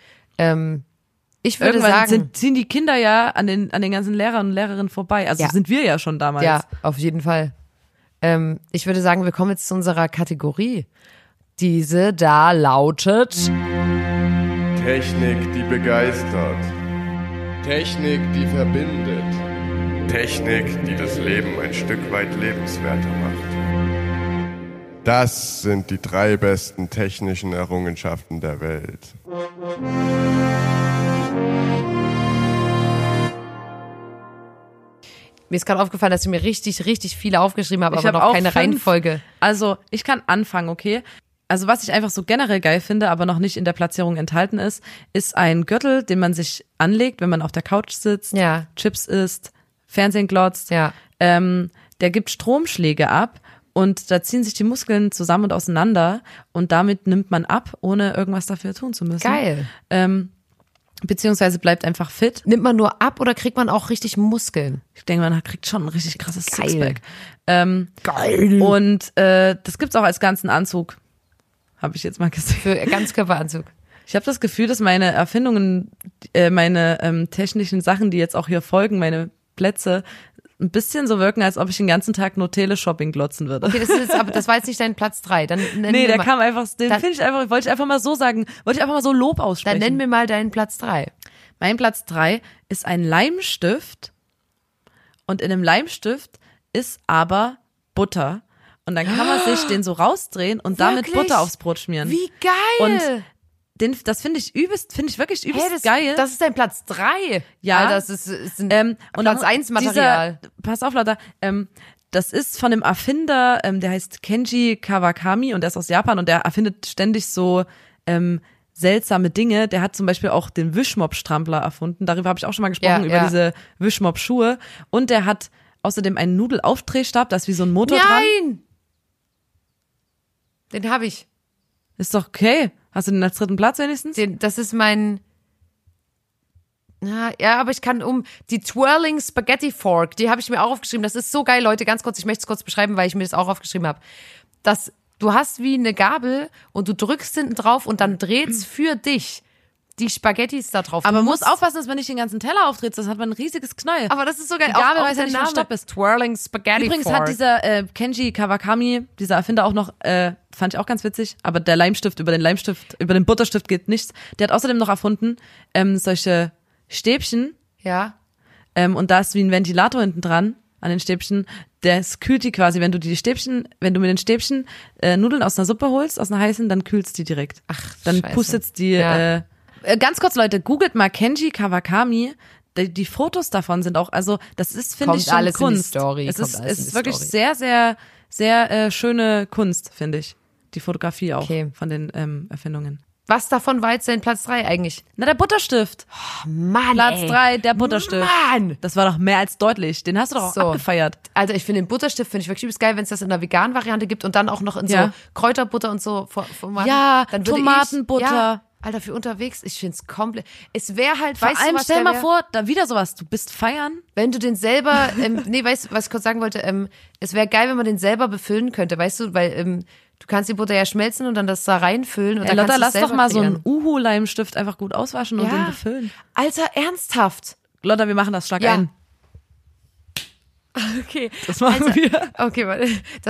A: Ich würde
B: Irgendwann
A: sagen,
B: ziehen die Kinder ja an den ganzen Lehrern und Lehrerinnen vorbei. Also
A: Ja.
B: sind wir ja schon damals.
A: ja, auf jeden Fall. Ich würde sagen, wir kommen jetzt zu unserer Kategorie. Diese da lautet
C: Technik, die begeistert. Technik, die verbindet. Technik, die das Leben ein Stück weit lebenswerter macht. Das sind die 3 besten technischen Errungenschaften der Welt.
A: Mir ist gerade aufgefallen, dass ich mir richtig, richtig viele aufgeschrieben habe, aber
B: hab
A: noch
B: auch
A: keine
B: 5.
A: Reihenfolge.
B: Also, ich kann anfangen, okay? Also, was ich einfach so generell geil finde, aber noch nicht in der Platzierung enthalten ist ein Gürtel, den man sich anlegt, wenn man auf der Couch sitzt,
A: Ja.
B: Chips isst, Fernsehen glotzt.
A: Ja.
B: Der gibt Stromschläge ab und da ziehen sich die Muskeln zusammen und auseinander und damit nimmt man ab, ohne irgendwas dafür tun zu müssen.
A: Geil.
B: Beziehungsweise bleibt einfach fit.
A: Nimmt man nur ab oder kriegt man auch richtig Muskeln?
B: Ich denke, man kriegt schon ein richtig krasses
A: Geil.
B: Sixpack.
A: Geil.
B: Und das gibt's auch als ganzen Anzug. Habe ich jetzt mal gesehen.
A: Für Ganzkörperanzug.
B: Ich habe das Gefühl, dass meine Erfindungen, meine technischen Sachen, die jetzt auch hier folgen, meine Plätze, ein bisschen so wirken, als ob ich den ganzen Tag nur Teleshopping glotzen würde.
A: Okay, aber das war jetzt nicht dein Platz 3. Dann
B: Nee, der kam einfach, wollte ich einfach mal so sagen, wollte ich einfach mal so Lob aussprechen.
A: Dann nenn mir mal deinen Platz 3.
B: Mein Platz 3 ist ein Leimstift und in dem Leimstift ist aber Butter. Und dann kann man sich den so rausdrehen und damit
A: Wirklich?
B: Butter aufs Brot schmieren.
A: Wie geil!
B: Und das finde ich wirklich übelst geil.
A: Das ist dein Platz 3.
B: Ja.
A: Alter, das ist ein
B: und
A: Platz
B: dann
A: 1 Material.
B: Pass auf, Leute. Das ist von dem Erfinder, der heißt Kenji Kawakami und der ist aus Japan und der erfindet ständig so seltsame Dinge. Der hat zum Beispiel auch den Wischmopp-Strampler erfunden. Darüber habe ich auch schon mal gesprochen, über diese Wischmopp-Schuhe. Und der hat außerdem einen Nudelaufdrehstab, da ist wie so ein Motor dran.
A: Nein! Den habe ich.
B: Ist doch okay. Hast du den als 3. Platz wenigstens?
A: Das ist mein... Ja, aber ich kann die Twirling Spaghetti Fork, die habe ich mir auch aufgeschrieben. Das ist so geil, Leute. Ganz kurz, ich möchte es kurz beschreiben, weil ich mir das auch aufgeschrieben habe. Du hast wie eine Gabel und du drückst hinten drauf und dann dreht's für dich die Spaghettis da drauf.
B: Aber man muss aufpassen, dass man nicht den ganzen Teller aufdreht, sonst hat man ein riesiges Knäuel.
A: Aber das ist so geil.
B: Die Gabel
A: Auch
B: weiß ja nicht, wo Stopp ist.
A: Twirling Spaghetti
B: Übrigens
A: Fork.
B: hat dieser Kenji Kawakami, dieser Erfinder auch noch, fand ich auch ganz witzig, aber der Leimstift, über den Butterstift geht nichts. Der hat außerdem noch erfunden, solche Stäbchen,
A: Ja.
B: und da ist wie ein Ventilator hinten dran, an den Stäbchen, das kühlt die quasi, wenn du mit den Stäbchen Nudeln aus einer Suppe holst, aus einer heißen, dann kühlt's die direkt.
A: Ach,
B: dann
A: Scheiße.
B: pustet's die,
A: Ja.
B: Ganz kurz, Leute, googelt mal Kenji Kawakami. Die Fotos davon sind auch, also das ist, finde ich,
A: Kommt
B: schon
A: alles in die
B: Kunst.
A: Story,
B: Es
A: kommt
B: ist,
A: alles
B: es
A: in die
B: ist wirklich
A: Story.
B: sehr, sehr, sehr schöne Kunst, finde ich. Die Fotografie auch
A: Okay.
B: von den Erfindungen.
A: Was davon war jetzt dein Platz 3 eigentlich?
B: Na, der Butterstift.
A: Mann,
B: Platz 3, der Butterstift.
A: Mann!
B: Das war doch mehr als deutlich. Den hast du doch auch
A: So.
B: abgefeiert.
A: Also ich finde den Butterstift finde ich wirklich übelst geil, wenn es das in der veganen Variante gibt und dann auch noch in so
B: Ja.
A: Kräuterbutter und so.
B: Ja,
A: dann würde
B: Tomatenbutter.
A: Ja, Alter, für unterwegs, ich finde es komplett. Es wäre halt,
B: Vor
A: weißt du
B: allem,
A: was,
B: stell
A: der
B: mal
A: wär?
B: vor, da wieder sowas. Du bist feiern.
A: Wenn du den selber, weißt du, was ich kurz sagen wollte, es wäre geil, wenn man den selber befüllen könnte, weißt du, weil du kannst die Butter ja schmelzen und dann das da reinfüllen und dann
B: Lotta,
A: kannst du
B: lass
A: es selber
B: doch mal so
A: kreieren.
B: einen Uhu-Leimstift einfach gut auswaschen und den befüllen.
A: Alter, ernsthaft?
B: Lotta, wir machen das, schlag
A: Ja.
B: ein.
A: Okay.
B: Das machen wir.
A: Okay, warte.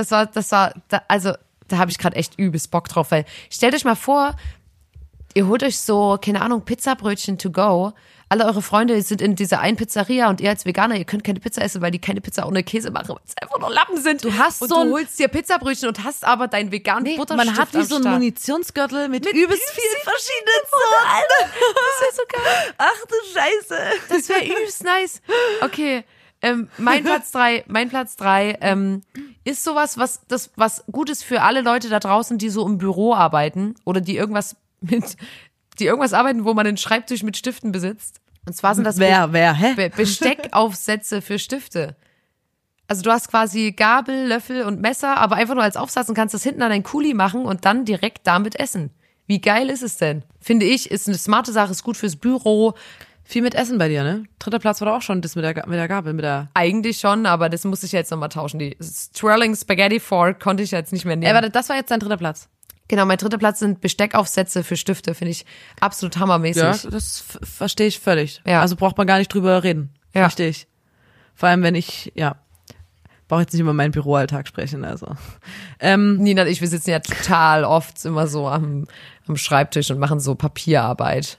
A: Da habe ich gerade echt übelst Bock drauf, weil stellt euch mal vor, ihr holt euch so, keine Ahnung, Pizzabrötchen to go. Alle eure Freunde sind in dieser einen Pizzeria und ihr als Veganer, ihr könnt keine Pizza essen, weil die keine Pizza ohne Käse machen, weil es einfach nur Lappen sind.
B: Du hast
A: und
B: so
A: du
B: ein-
A: holst dir Pizzabrötchen und hast aber deinen veganen Butterstift
B: Man hat wie
A: am
B: so einen
A: Start.
B: Munitionsgürtel mit übelst vielen verschiedenen Sorten.
A: Das wäre so geil.
B: Ach du Scheiße.
A: Das wäre übelst nice. Okay, mein Platz 3 ist sowas, was gut ist für alle Leute da draußen, die so im Büro arbeiten oder die irgendwas arbeiten, wo man den Schreibtisch mit Stiften besitzt. Und zwar sind das
B: Wer, hä?
A: Besteckaufsätze für Stifte. Also du hast quasi Gabel, Löffel und Messer, aber einfach nur als Aufsatz und kannst das hinten an deinen Kuli machen und dann direkt damit essen. Wie geil ist es denn? Finde ich, ist eine smarte Sache, ist gut fürs Büro.
B: Viel mit Essen bei dir, ne? 3. Platz war doch auch schon das mit der Gabel, mit der...
A: Eigentlich schon, aber das muss ich ja jetzt nochmal tauschen. Die Twirling Spaghetti Fork konnte ich jetzt nicht mehr nehmen.
B: Warte, das war jetzt dein 3. Platz.
A: Genau, mein 3. Platz sind Besteckaufsätze für Stifte, finde ich absolut hammermäßig.
B: Ja, das verstehe ich völlig.
A: Ja.
B: Also braucht man gar nicht drüber reden.
A: Ja.
B: Verstehe ich. Vor allem, wenn ich, ja. brauche jetzt nicht über meinen Büroalltag sprechen, also.
A: Nina und ich, wir sitzen ja total oft immer so am Schreibtisch und machen so Papierarbeit.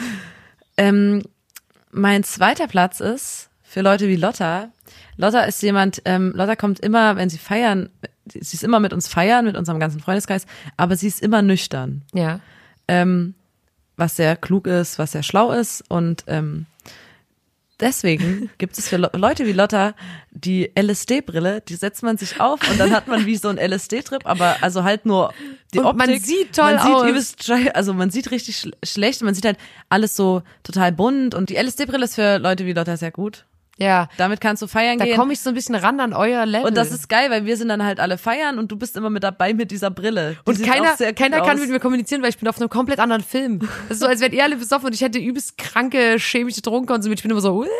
B: Mein zweiter Platz ist für Leute wie Lotta. Lotta ist jemand, Lotta kommt immer, wenn sie feiern, sie ist immer mit uns feiern, mit unserem ganzen Freundeskreis, aber sie ist immer nüchtern.
A: Ja.
B: Was sehr klug ist, was sehr schlau ist und deswegen gibt es für Leute wie Lotta die LSD-Brille, die setzt man sich auf und dann hat man wie so ein LSD-Trip, aber also halt nur die
A: und
B: Optik.
A: Man sieht toll aus.
B: Also man sieht richtig schlecht, man sieht halt alles so total bunt und die LSD-Brille ist für Leute wie Lotta sehr gut.
A: Ja.
B: Damit kannst du feiern gehen.
A: Da komme ich so ein bisschen ran an euer Level.
B: Und das ist geil, weil wir sind dann halt alle feiern und du bist immer mit dabei mit dieser Brille. Die
A: und
B: sieht
A: keiner
B: auch sehr
A: kann
B: gut aus.
A: mit mir kommunizieren, weil ich bin auf einem komplett anderen Film. Das ist so, als wären ihr alle besoffen und ich hätte übelst kranke, chemische Drogenkonsum. Ich bin immer so,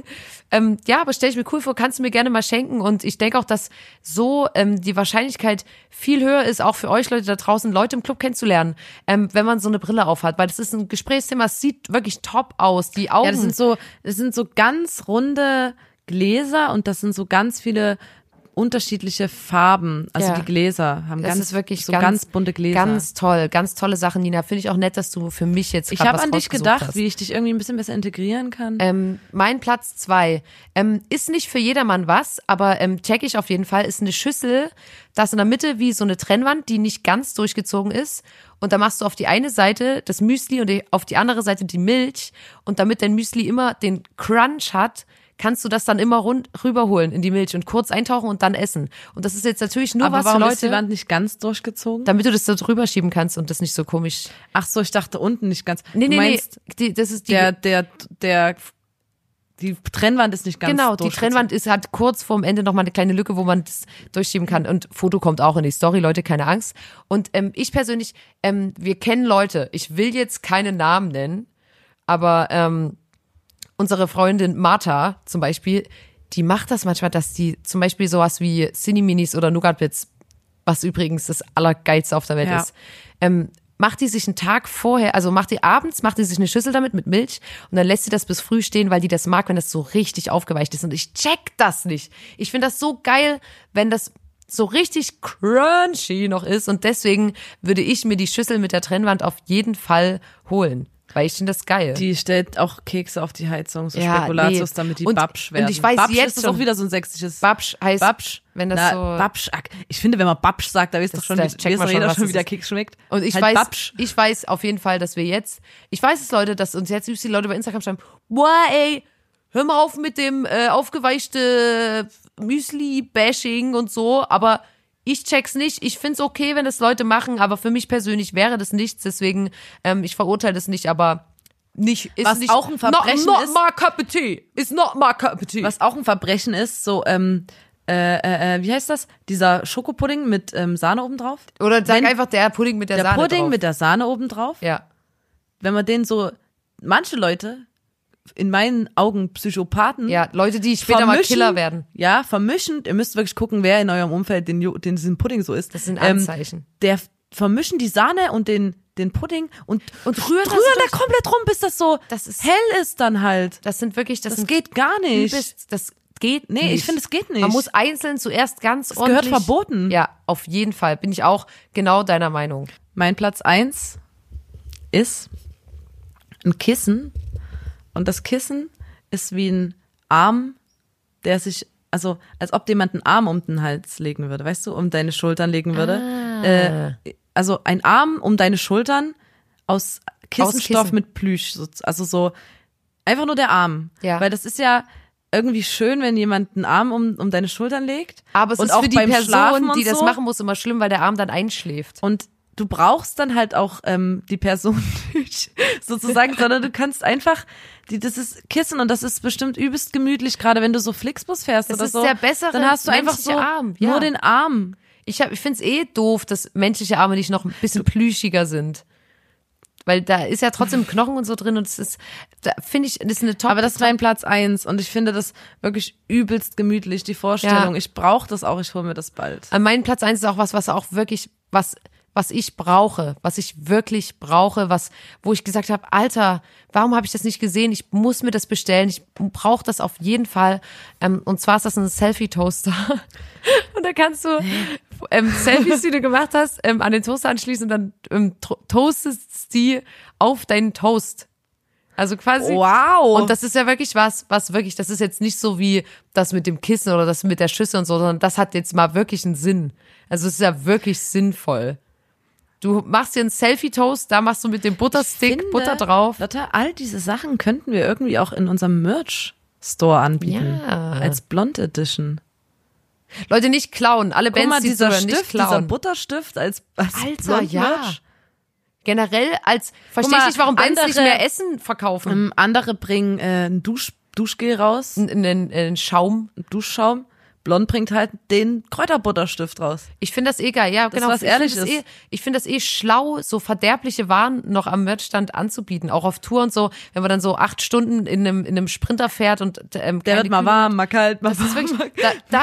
A: ja, aber stell ich mir cool vor, kannst du mir gerne mal schenken. Und ich denke auch, dass so die Wahrscheinlichkeit viel höher ist, auch für euch Leute da draußen, Leute im Club kennenzulernen, wenn man so eine Brille aufhat. Weil das ist ein Gesprächsthema, es sieht wirklich top aus. Die Augen.
B: Ja, das sind so ganz runde Gläser und das sind so ganz viele unterschiedliche Farben. Also
A: Ja.
B: die Gläser haben
A: Das ist wirklich
B: ganz bunte Gläser.
A: Ganz tolle Sachen, Nina. Finde ich auch nett, dass du für mich jetzt
B: Ich
A: grad
B: habe
A: was
B: an dich
A: rausgesucht
B: gedacht,
A: hast.
B: wie ich dich irgendwie ein bisschen besser integrieren kann.
A: Mein Platz 2 ist nicht für jedermann was, aber check ich auf jeden Fall, ist eine Schüssel, da ist in der Mitte wie so eine Trennwand, die nicht ganz durchgezogen ist und da machst du auf die eine Seite das Müsli und auf die andere Seite die Milch und damit dein Müsli immer den Crunch hat, kannst du das dann immer rüberholen in die Milch und kurz eintauchen und dann essen. Und das ist jetzt natürlich nur
B: Aber
A: was
B: warum
A: für
B: ist die
A: Leute,
B: Wand nicht ganz durchgezogen?
A: damit du das so drüber schieben kannst und das nicht so komisch.
B: Ach so, ich dachte unten nicht ganz.
A: Nee,
B: Du meinst,
A: das ist die
B: die Trennwand ist nicht ganz
A: Genau, die
B: durchgezogen.
A: Trennwand hat kurz vorm Ende nochmal eine kleine Lücke, wo man das durchschieben kann. Und Foto kommt auch in die Story, Leute, keine Angst. Und ich persönlich, wir kennen Leute, ich will jetzt keine Namen nennen, aber unsere Freundin Martha zum Beispiel, die macht das manchmal, dass die zum Beispiel sowas wie Cinni-Minis oder Nougat-Bits, was übrigens das Allergeilste auf der Welt
B: Ja.
A: ist, macht die sich einen Tag vorher, also macht die sich eine Schüssel damit mit Milch und dann lässt sie das bis früh stehen, weil die das mag, wenn das so richtig aufgeweicht ist. Und ich check das nicht. Ich finde das so geil, wenn das so richtig crunchy noch ist und deswegen würde ich mir die Schüssel mit der Trennwand auf jeden Fall holen. Weil ich finde das geil.
B: Die stellt auch Kekse auf die Heizung, so
A: Ja,
B: Spekulatius,
A: nee.
B: damit die
A: Und-
B: Babsch werden.
A: und ich weiß
B: Babsch
A: jetzt
B: ist auch
A: schon-
B: wieder so ein sächsisches.
A: Babsch heißt,
B: Babsch.
A: wenn das
B: Na,
A: so...
B: Babsch. Ich finde, wenn man Babsch sagt, da weiß doch
A: Das-
B: schon,
A: da
B: wie
A: checkt man
B: weiß doch
A: schon,
B: jeder
A: was
B: schon,
A: das
B: wie der
A: ist.
B: Keks schmeckt.
A: Und ich
B: Halt Babsch.
A: weiß auf jeden Fall, dass wir jetzt, ich weiß es, Leute, dass uns jetzt übelst die Leute bei Instagram schreiben, boah, ey, hör mal auf mit dem aufgeweichte Müsli-Bashing und so, aber ich check's nicht. Ich find's okay, wenn das Leute machen, aber für mich persönlich wäre das nichts, deswegen, ich verurteile das nicht, aber nicht, ist
B: Was
A: nicht,
B: auch ein Verbrechen
A: not
B: ist-
A: my cup of tea. It's not my cup of tea.
B: Was auch ein Verbrechen ist, so, wie heißt das? Dieser Schokopudding mit Sahne obendrauf?
A: Oder sag
B: wenn-
A: einfach der Pudding mit der
B: Der
A: Sahne
B: Pudding
A: drauf.
B: mit der Sahne obendrauf.
A: Ja.
B: Wenn man den so, manche Leute, in meinen Augen Psychopathen,
A: Ja, Leute, die später mal Killer werden.
B: Ja, vermischen. Ihr müsst wirklich gucken, wer in eurem Umfeld den diesen Pudding so isst.
A: Das sind Anzeichen.
B: Der vermischen die Sahne und den Pudding und
A: rühren das
B: rühren
A: durch.
B: da komplett rum, bis das so
A: Das ist-
B: hell ist dann halt.
A: Das sind wirklich, das sind
B: geht gar nicht.
A: das geht
B: Nee,
A: nicht.
B: ich finde, es geht nicht.
A: Man muss einzeln zuerst ganz
B: Das gehört
A: ordentlich.
B: verboten.
A: Ja, auf jeden Fall. Bin ich auch genau deiner Meinung.
B: Mein Platz 1 ist ein Kissen. Und das Kissen ist wie ein Arm, der sich, also als ob jemand einen Arm um den Hals legen würde, weißt du, um deine Schultern legen würde. Also ein Arm um deine Schultern aus Kissenstoff
A: Kissen.
B: mit Plüsch. Also so einfach nur der Arm.
A: Ja.
B: Weil das ist ja irgendwie schön, wenn jemand einen Arm um deine Schultern legt.
A: Aber es
B: und
A: ist
B: auch
A: für die
B: beim Schlafen
A: Person,
B: und
A: die das
B: so.
A: machen muss, immer schlimm, weil der Arm dann einschläft.
B: Und du brauchst dann halt auch die Person nicht sozusagen, sondern du kannst einfach, das ist Kissen und das ist bestimmt übelst gemütlich, gerade wenn du so Flixbus fährst
A: Das
B: oder
A: ist
B: so.
A: der bessere
B: dann hast du einfach so
A: menschliche Arm, ja.
B: nur den Arm.
A: Ich finde es doof, dass menschliche Arme nicht noch ein bisschen plüschiger sind. Weil da ist ja trotzdem Knochen und so drin und es ist, da finde ich, das ist eine top.
B: Aber das ist mein Platz 1 und ich finde das wirklich übelst gemütlich, die Vorstellung.
A: Ja.
B: Ich brauche das auch, ich hole mir das bald.
A: Mein Platz 1 ist auch was auch wirklich, was was ich brauche, was ich wirklich brauche, wo ich gesagt habe, Alter, warum habe ich das nicht gesehen? Ich muss mir das bestellen. Ich brauche das auf jeden Fall. Und zwar ist das ein Selfie-Toaster. Und da kannst du Selfies, die du gemacht hast, an den Toaster anschließen und dann toastest die auf deinen Toast. Also quasi.
B: Wow.
A: Und das ist ja wirklich was wirklich, das ist jetzt nicht so wie das mit dem Kissen oder das mit der Schüssel und so, sondern das hat jetzt mal wirklich einen Sinn. Also es ist ja wirklich sinnvoll. Du machst dir einen Selfie-Toast, da machst du mit dem Butterstick Butter drauf.
B: Lotta, all diese Sachen könnten wir irgendwie auch in unserem Merch-Store anbieten.
A: Ja.
B: Als Blond Edition.
A: Leute, nicht klauen. Alle Bands, die
B: dieser
A: zuhören, nicht
B: Stift, dieser
A: klauen.
B: Butterstift als
A: Alter,
B: Blond-Merch.
A: ja. Generell verstehe ich nicht, warum Bands nicht mehr Essen verkaufen.
B: Andere bringen ein Duschgel raus,
A: Einen Schaum.
B: Duschschaum. Blond bringt halt den Kräuterbutterstift raus.
A: Ich finde das geil, ja, genau.
B: was Ehrliches.
A: Ich finde das schlau, so verderbliche Waren noch am Merchstand anzubieten, auch auf Tour und so, wenn man dann so 8 Stunden in einem Sprinter fährt und
B: der wird mal warm, mal kalt, mal
A: das ist wirklich,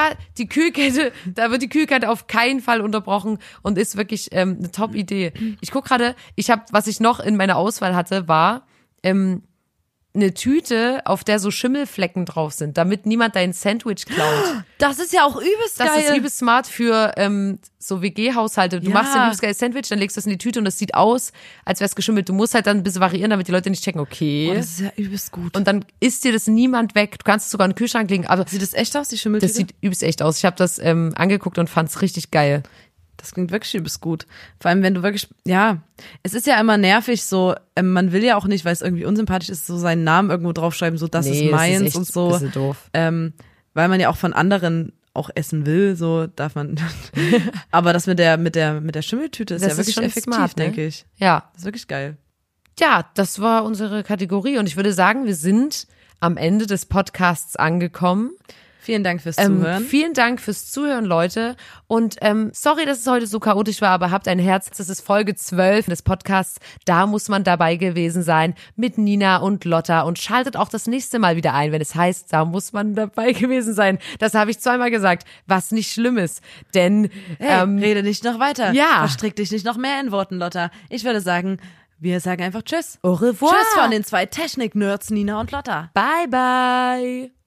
A: da wird die Kühlkette auf keinen Fall unterbrochen und ist wirklich eine Top-Idee. Ich guck gerade, was ich noch in meiner Auswahl hatte, war eine Tüte, auf der so Schimmelflecken drauf sind, damit niemand dein Sandwich klaut.
B: Das ist ja auch übelst geil.
A: Das ist übelst smart für so WG-Haushalte. Du machst ein übelst geiles Sandwich, dann legst du es in die Tüte und das sieht aus, als wär's geschimmelt. Du musst halt dann ein bisschen variieren, damit die Leute nicht checken, okay.
B: Oh, das ist ja übelst gut.
A: Und dann isst dir das niemand weg. Du kannst es sogar in den Kühlschrank legen. Aber
B: sieht das echt aus, die Schimmeltüte?
A: Das sieht übelst echt aus. Ich habe das angeguckt und fand's richtig geil.
B: Das klingt wirklich übelst gut. Vor allem, wenn du wirklich, es ist ja immer nervig so, man will ja auch nicht, weil es irgendwie unsympathisch ist, so seinen Namen irgendwo draufschreiben, so das ist meins, das ist echt und so.
A: Ein bisschen doof.
B: Weil man ja auch von anderen auch essen will, so darf man. Aber das mit der Schimmeltüte ist ja wirklich schon effektiv, smart, ne? Denke ich.
A: Ja.
B: Das ist wirklich geil.
A: Ja, das war unsere Kategorie und ich würde sagen, wir sind am Ende des Podcasts angekommen.
B: Vielen Dank fürs Zuhören.
A: Vielen Dank fürs Zuhören, Leute. Und sorry, dass es heute so chaotisch war, aber habt ein Herz. Das ist Folge 12 des Podcasts. Da muss man dabei gewesen sein mit Nina und Lotta. Und schaltet auch das nächste Mal wieder ein, wenn es heißt, da muss man dabei gewesen sein. Das habe ich 2-mal gesagt, was nicht schlimm ist. Denn
B: rede nicht noch weiter.
A: Ja.
B: Verstrick dich nicht noch mehr in Worten, Lotta. Ich würde sagen, wir sagen einfach Tschüss.
A: Au revoir.
B: Tschüss von den 2 Technik-Nerds, Nina und Lotta.
A: Bye, bye.